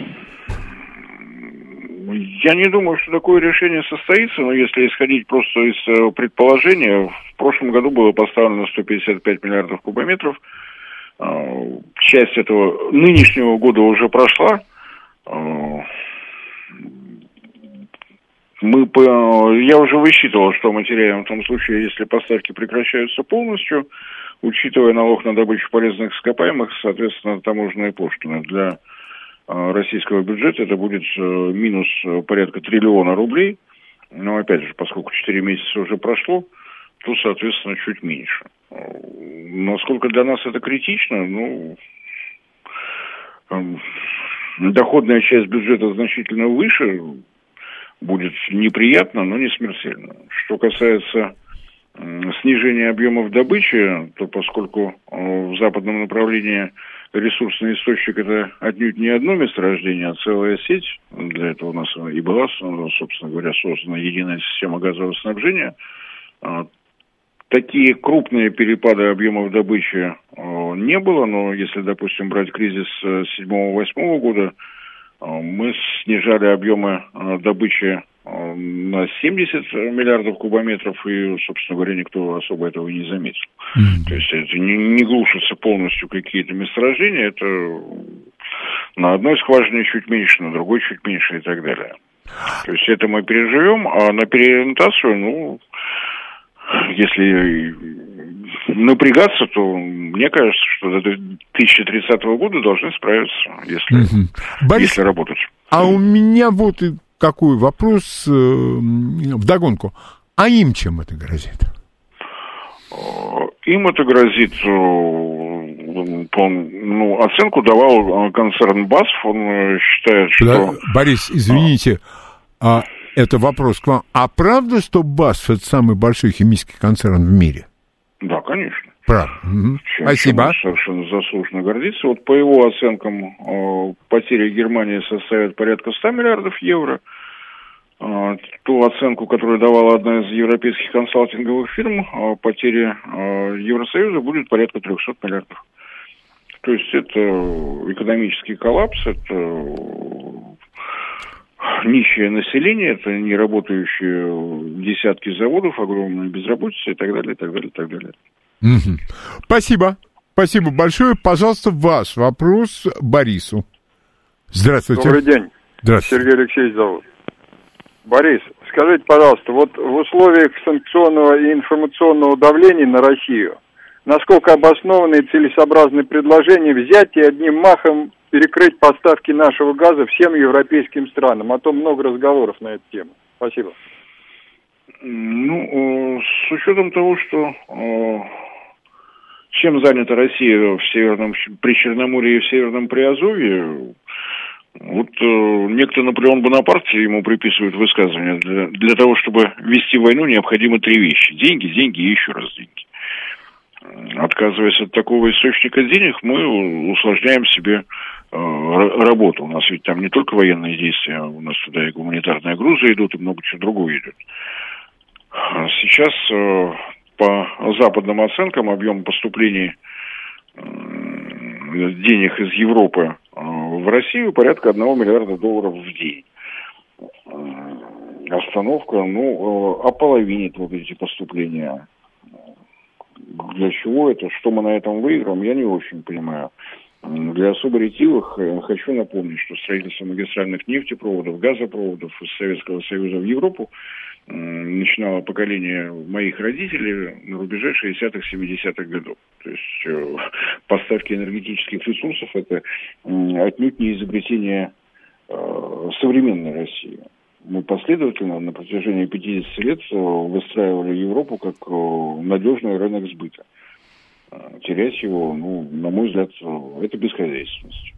Я не думаю, что такое решение состоится, но если исходить просто из предположения, в прошлом году было поставлено 155 миллиардов кубометров. Часть этого нынешнего года уже прошла. Я уже высчитывал, что мы теряем в том случае, если поставки прекращаются полностью, учитывая налог на добычу полезных ископаемых, соответственно, таможенные пошлины. Для российского бюджета это будет минус порядка 1 триллиона рублей. Но, опять же, поскольку 4 месяца уже прошло, то, соответственно, чуть меньше. Насколько для нас это критично, доходная часть бюджета значительно выше, будет неприятно, но не смертельно. Что касается снижения объемов добычи, то поскольку в западном направлении ресурсный источник — это отнюдь не одно месторождение, а целая сеть, для этого у нас и была, собственно говоря, создана единая система газового снабжения, такие крупные перепады объемов добычи не было, но если, допустим, брать кризис 2007-2008 года, мы снижали объемы добычи на 70 миллиардов кубометров, и, собственно говоря, никто особо этого и не заметил. То есть это не глушатся полностью какие-то месторождения, это на одной скважине чуть меньше, на другой чуть меньше и так далее. То есть это мы переживем, а на переориентацию, если напрягаться, то мне кажется, что до 2030 года должны справиться, если работать. А у меня вот какой вопрос вдогонку. А им чем это грозит? Им это грозит, оценку давал концерн BASF, он считает, что... Борис, извините, это вопрос к вам. А правда, что BASF это самый большой химический концерн в мире? Да, конечно. Правда. Спасибо. Совершенно заслуженно гордится. Вот по его оценкам потери Германии составят порядка 100 миллиардов евро. Ту оценку, которую давала одна из европейских консалтинговых фирм, потери Евросоюза будет порядка 300 миллиардов. То есть это экономический коллапс, это нищее население, это неработающие десятки заводов, огромная безработица и так далее, и так далее, и так далее. Спасибо. Спасибо большое. Пожалуйста, ваш вопрос Борису. Здравствуйте. Добрый день. Здравствуйте. Сергей Алексеевич зовут. Борис, скажите, пожалуйста, вот в условиях санкционного и информационного давления на Россию, насколько обоснованы и целесообразны предложения взять и одним махом перекрыть поставки нашего газа всем европейским странам? А то много разговоров на эту тему. Спасибо. С учетом того, что чем занята Россия в Северном Причерноморье и в Северном Приазовье, вот некто Наполеон Бонапарт, ему приписывают высказывание, для того, чтобы вести войну, необходимо 3 вещи. Деньги, деньги и еще раз деньги. Отказываясь от такого источника денег, мы усложняем себе работу. У нас ведь там не только военные действия, у нас туда и гуманитарные грузы идут, и много чего другого идет. Сейчас по западным оценкам объем поступлений денег из Европы в Россию порядка $1 миллиарда в день. Остановка, ополовинит вот эти поступления. Для чего это? Что мы на этом выиграем, я не очень понимаю. Для особо ретивых хочу напомнить, что строительство магистральных нефтепроводов, газопроводов из Советского Союза в Европу начинало поколение моих родителей на рубеже 60-х, 70-х годов. То есть поставки энергетических ресурсов – это отнюдь не изобретение современной России. Мы последовательно на протяжении 50 лет выстраивали Европу как надежный рынок сбыта. Терять его, на мой взгляд, это бесхозяйственность.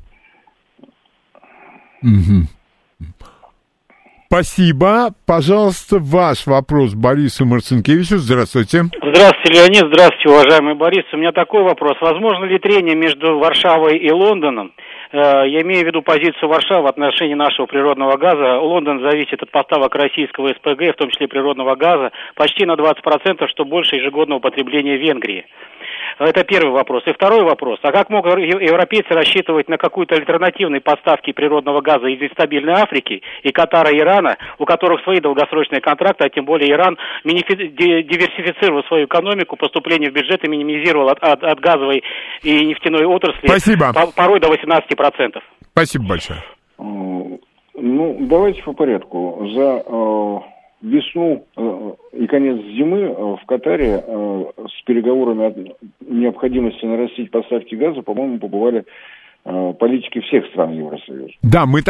Спасибо. Пожалуйста, ваш вопрос Борису Марцинкевичу. Здравствуйте. Здравствуйте, Леонид. Здравствуйте, уважаемый Борис. У меня такой вопрос. Возможно ли трение между Варшавой и Лондоном? Я имею в виду позицию Варшавы в отношении нашего природного газа. Лондон зависит от поставок российского СПГ, в том числе природного газа, почти на 20%, что больше ежегодного потребления Венгрии. Это первый вопрос. И второй вопрос. А как могут европейцы рассчитывать на какую-то альтернативные поставки природного газа из нестабильной Африки и Катара, и Ирана, у которых свои долгосрочные контракты, а тем более Иран диверсифицировал свою экономику, поступление в бюджет и минимизировал от газовой и нефтяной отрасли. Спасибо. Порой до 18%. Спасибо большое. Давайте по порядку. За весну и конец зимы в Катаре с переговорами о необходимости нарастить поставки газа, по-моему, побывали политики всех стран Евросоюза. Да, вы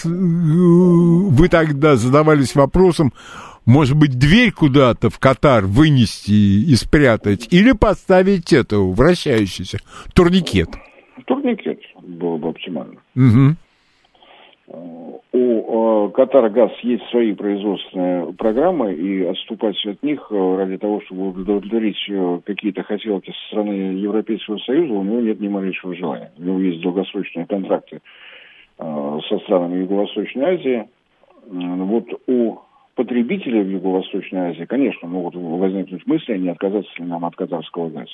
тогда задавались вопросом, может быть, дверь куда-то в Катар вынести и спрятать, или поставить вращающийся турникет. Турникет было бы оптимально. Угу. У Катара Газ есть свои производственные программы, и отступать от них ради того, чтобы удовлетворить какие-то хотелки со стороны Европейского Союза, у него нет ни малейшего желания. У него есть долгосрочные контракты со странами Юго-Восточной Азии. Вот у потребителей в Юго-Восточной Азии, конечно, могут возникнуть мысли, не отказаться ли нам от катарского газа.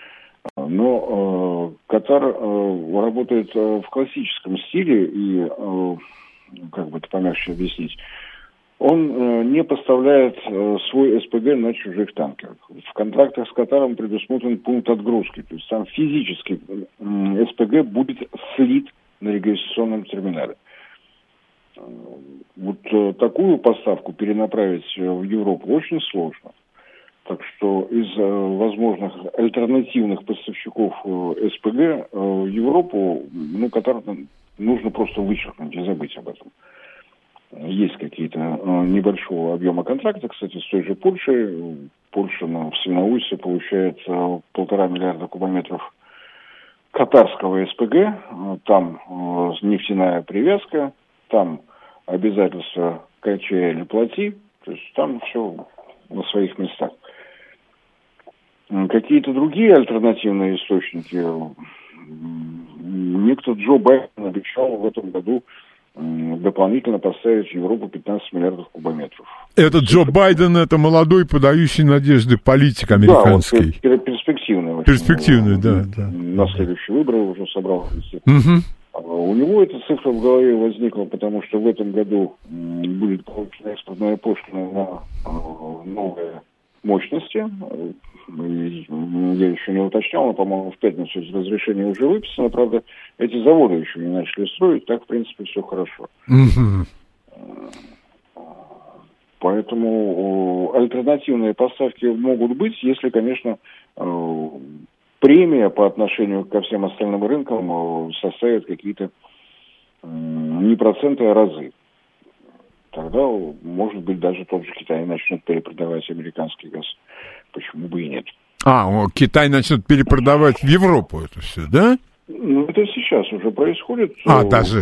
Но Катар работает в классическом стиле, и, как бы это помягче объяснить, он не поставляет свой СПГ на чужих танкерах. В контрактах с Катаром предусмотрен пункт отгрузки. То есть там физически СПГ будет слит на регистрационном терминале. Вот такую поставку перенаправить в Европу очень сложно. Так что из возможных альтернативных поставщиков СПГ в Европу, Катар нужно просто вычеркнуть и забыть об этом. Есть какие-то небольшого объема контракта, кстати, с той же Польшей. Польша в Свиноуйсе получает 1,5 миллиарда кубометров катарского СПГ. Там нефтяная привязка, там обязательства качай или плати. То есть там все на своих местах. Какие-то другие альтернативные источники. Некто Джо Байден обещал в этом году дополнительно поставить в Европу 15 миллиардов кубометров. Это Джо Байден, это молодой, подающий надежды политик американский. Да, он перспективный. Очень. Перспективный, да. На следующие выборы уже собрал. У него эта цифра в голове возникла, потому что в этом году будет получена экспортная пошлина на новые мощности. Я еще не уточнял, но, по-моему, в пятницу эти разрешения уже выписаны. Правда, эти заводы еще не начали строить. Так, в принципе, все хорошо. Поэтому альтернативные поставки могут быть, если, конечно, премия по отношению ко всем остальным рынкам составит какие-то не проценты, а разы. Тогда, может быть, даже тот же Китай начнет перепродавать американский газ. Почему бы и нет? Китай начнет перепродавать в Европу это все, да? Это сейчас уже происходит. Даже?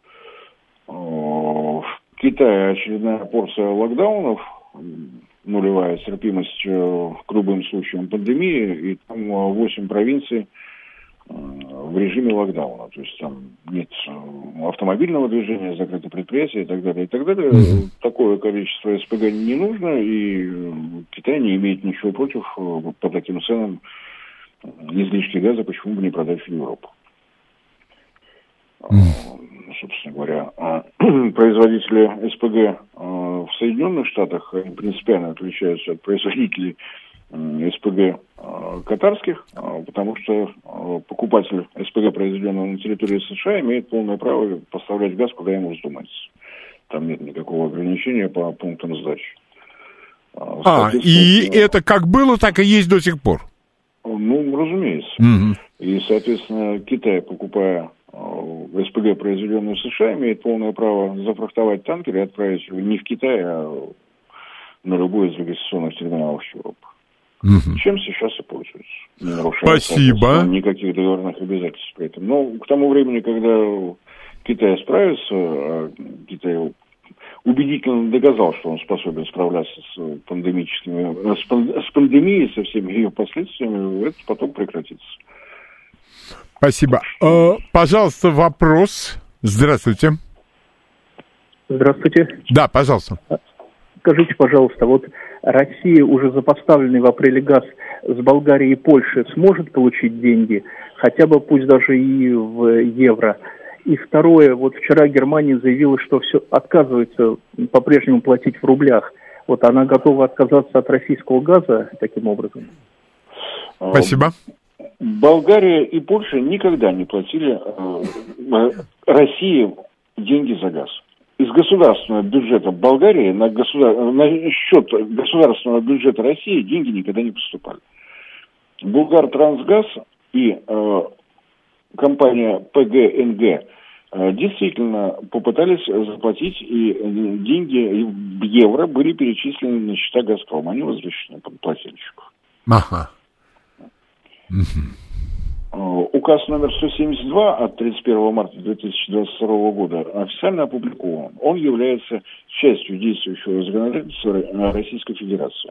В Китае очередная порция локдаунов, нулевая терпимость к любым случаям пандемии, и там 8 провинций в режиме локдауна. То есть там нет автомобильного движения, закрыты предприятия и так далее, и так далее. Такое количество СПГ не нужно, и Китай не имеет ничего против по таким ценам излишки газа, почему бы не продать в Европу. Собственно говоря, производители СПГ в Соединенных Штатах принципиально отличаются от производителей СПГ катарских, потому что покупатель СПГ, произведенного на территории США, имеет полное право поставлять газ, куда ему вздумается. Там нет никакого ограничения по пунктам сдачи. И это как было, так и есть до сих пор? Разумеется. И, соответственно, Китай, покупая СПГ, произведенную в США, имеет полное право зафрахтовать танкер и отправить его не в Китай, а на любой из регистрационных терминалов Европы. Чем сейчас и пользуются. Не нарушая никаких договорных обязательств при этом. Но к тому времени, когда Китай справится, а Китай убедительно доказал, что он способен справляться с пандемией, со всеми ее последствиями, этот потом прекратится. Спасибо. Пожалуйста, вопрос. Здравствуйте. Здравствуйте. Да, пожалуйста. Скажите, пожалуйста, вот Россия уже за поставленный в апреле газ с Болгарии и Польши сможет получить деньги, хотя бы пусть даже и в евро? И второе, вот вчера Германия заявила, что все отказывается по-прежнему платить в рублях. Вот она готова отказаться от российского газа таким образом? Спасибо. Болгария и Польша никогда не платили России деньги за газ. Из государственного бюджета Болгарии на счет государственного бюджета России деньги никогда не поступали. Булгартрансгаз и компания ПГНГ действительно попытались заплатить, и деньги в евро были перечислены на счета «Газпрома». Они возвращены плательщиков. Указ номер 172 от 31 марта 2022 года официально опубликован. Он является частью действующего законодательства Российской Федерации.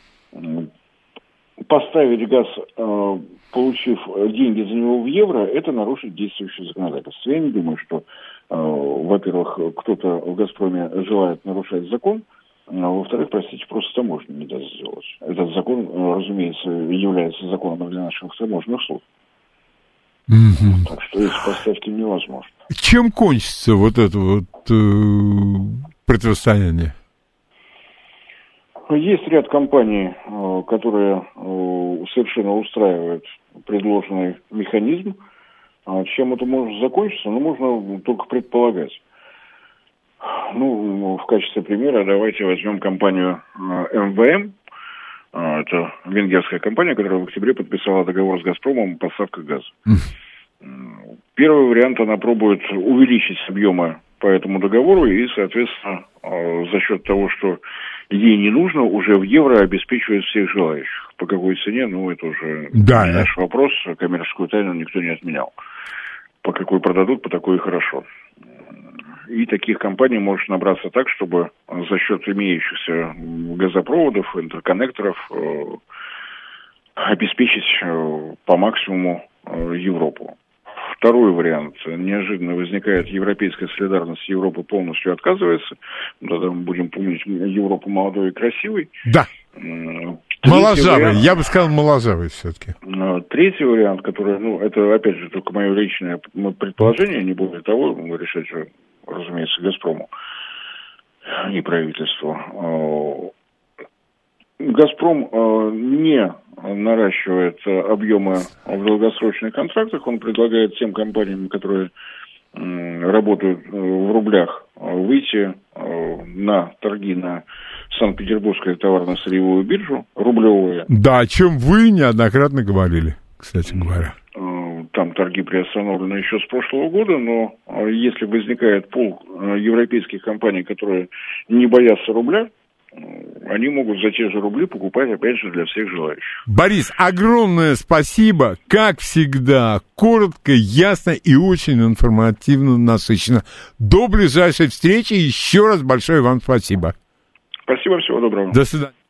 Поставить газ, получив деньги за него в евро, это нарушить действующее законодательство. Я не думаю, что, во-первых, кто-то в «Газпроме» желает нарушать закон, а во-вторых, простите, просто таможня не даст сделать. Этот закон, разумеется, является законом для наших таможенных служб. Так что эти поставки невозможно. Чем кончится вот это вот противостояние? Есть ряд компаний, которые совершенно устраивают предложенный механизм. Чем это может закончиться, можно только предполагать. В качестве примера давайте возьмем компанию МВМ. Это венгерская компания, которая в октябре подписала договор с «Газпромом» о поставках газа. Первый вариант, она пробует увеличить объемы по этому договору и, соответственно, за счет того, что ей не нужно, уже в евро обеспечивает всех желающих. По какой цене, это уже наш вопрос. Коммерческую тайну никто не отменял. По какой продадут, по такой и хорошо. И таких компаний может набраться так, чтобы за счет имеющихся газопроводов, интерконнекторов обеспечить по максимуму Европу. Второй вариант. Неожиданно возникает европейская солидарность, Европа полностью отказывается. Тогда мы будем помнить Европу молодой и красивой. Да. Моложавый, я бы сказал моложавый все-таки. Третий вариант, который, это опять же только мое личное предположение, не более того, решать, разумеется, «Газпрому» и правительству. «Газпром» не наращивает объемы в долгосрочных контрактах, он предлагает тем компаниям, которые работают в рублях, выйти на торги на Санкт-Петербургскую товарно-сырьевую биржу, рублевые. Да, о чем вы неоднократно говорили, кстати говоря. Там торги приостановлены еще с прошлого года, но если возникает пул европейских компаний, которые не боятся рубля, они могут за те же рубли покупать, опять же, для всех желающих. Борис, огромное спасибо. Как всегда, коротко, ясно и очень информативно, насыщенно. До ближайшей встречи. Еще раз большое вам спасибо. Спасибо, всего доброго. До свидания.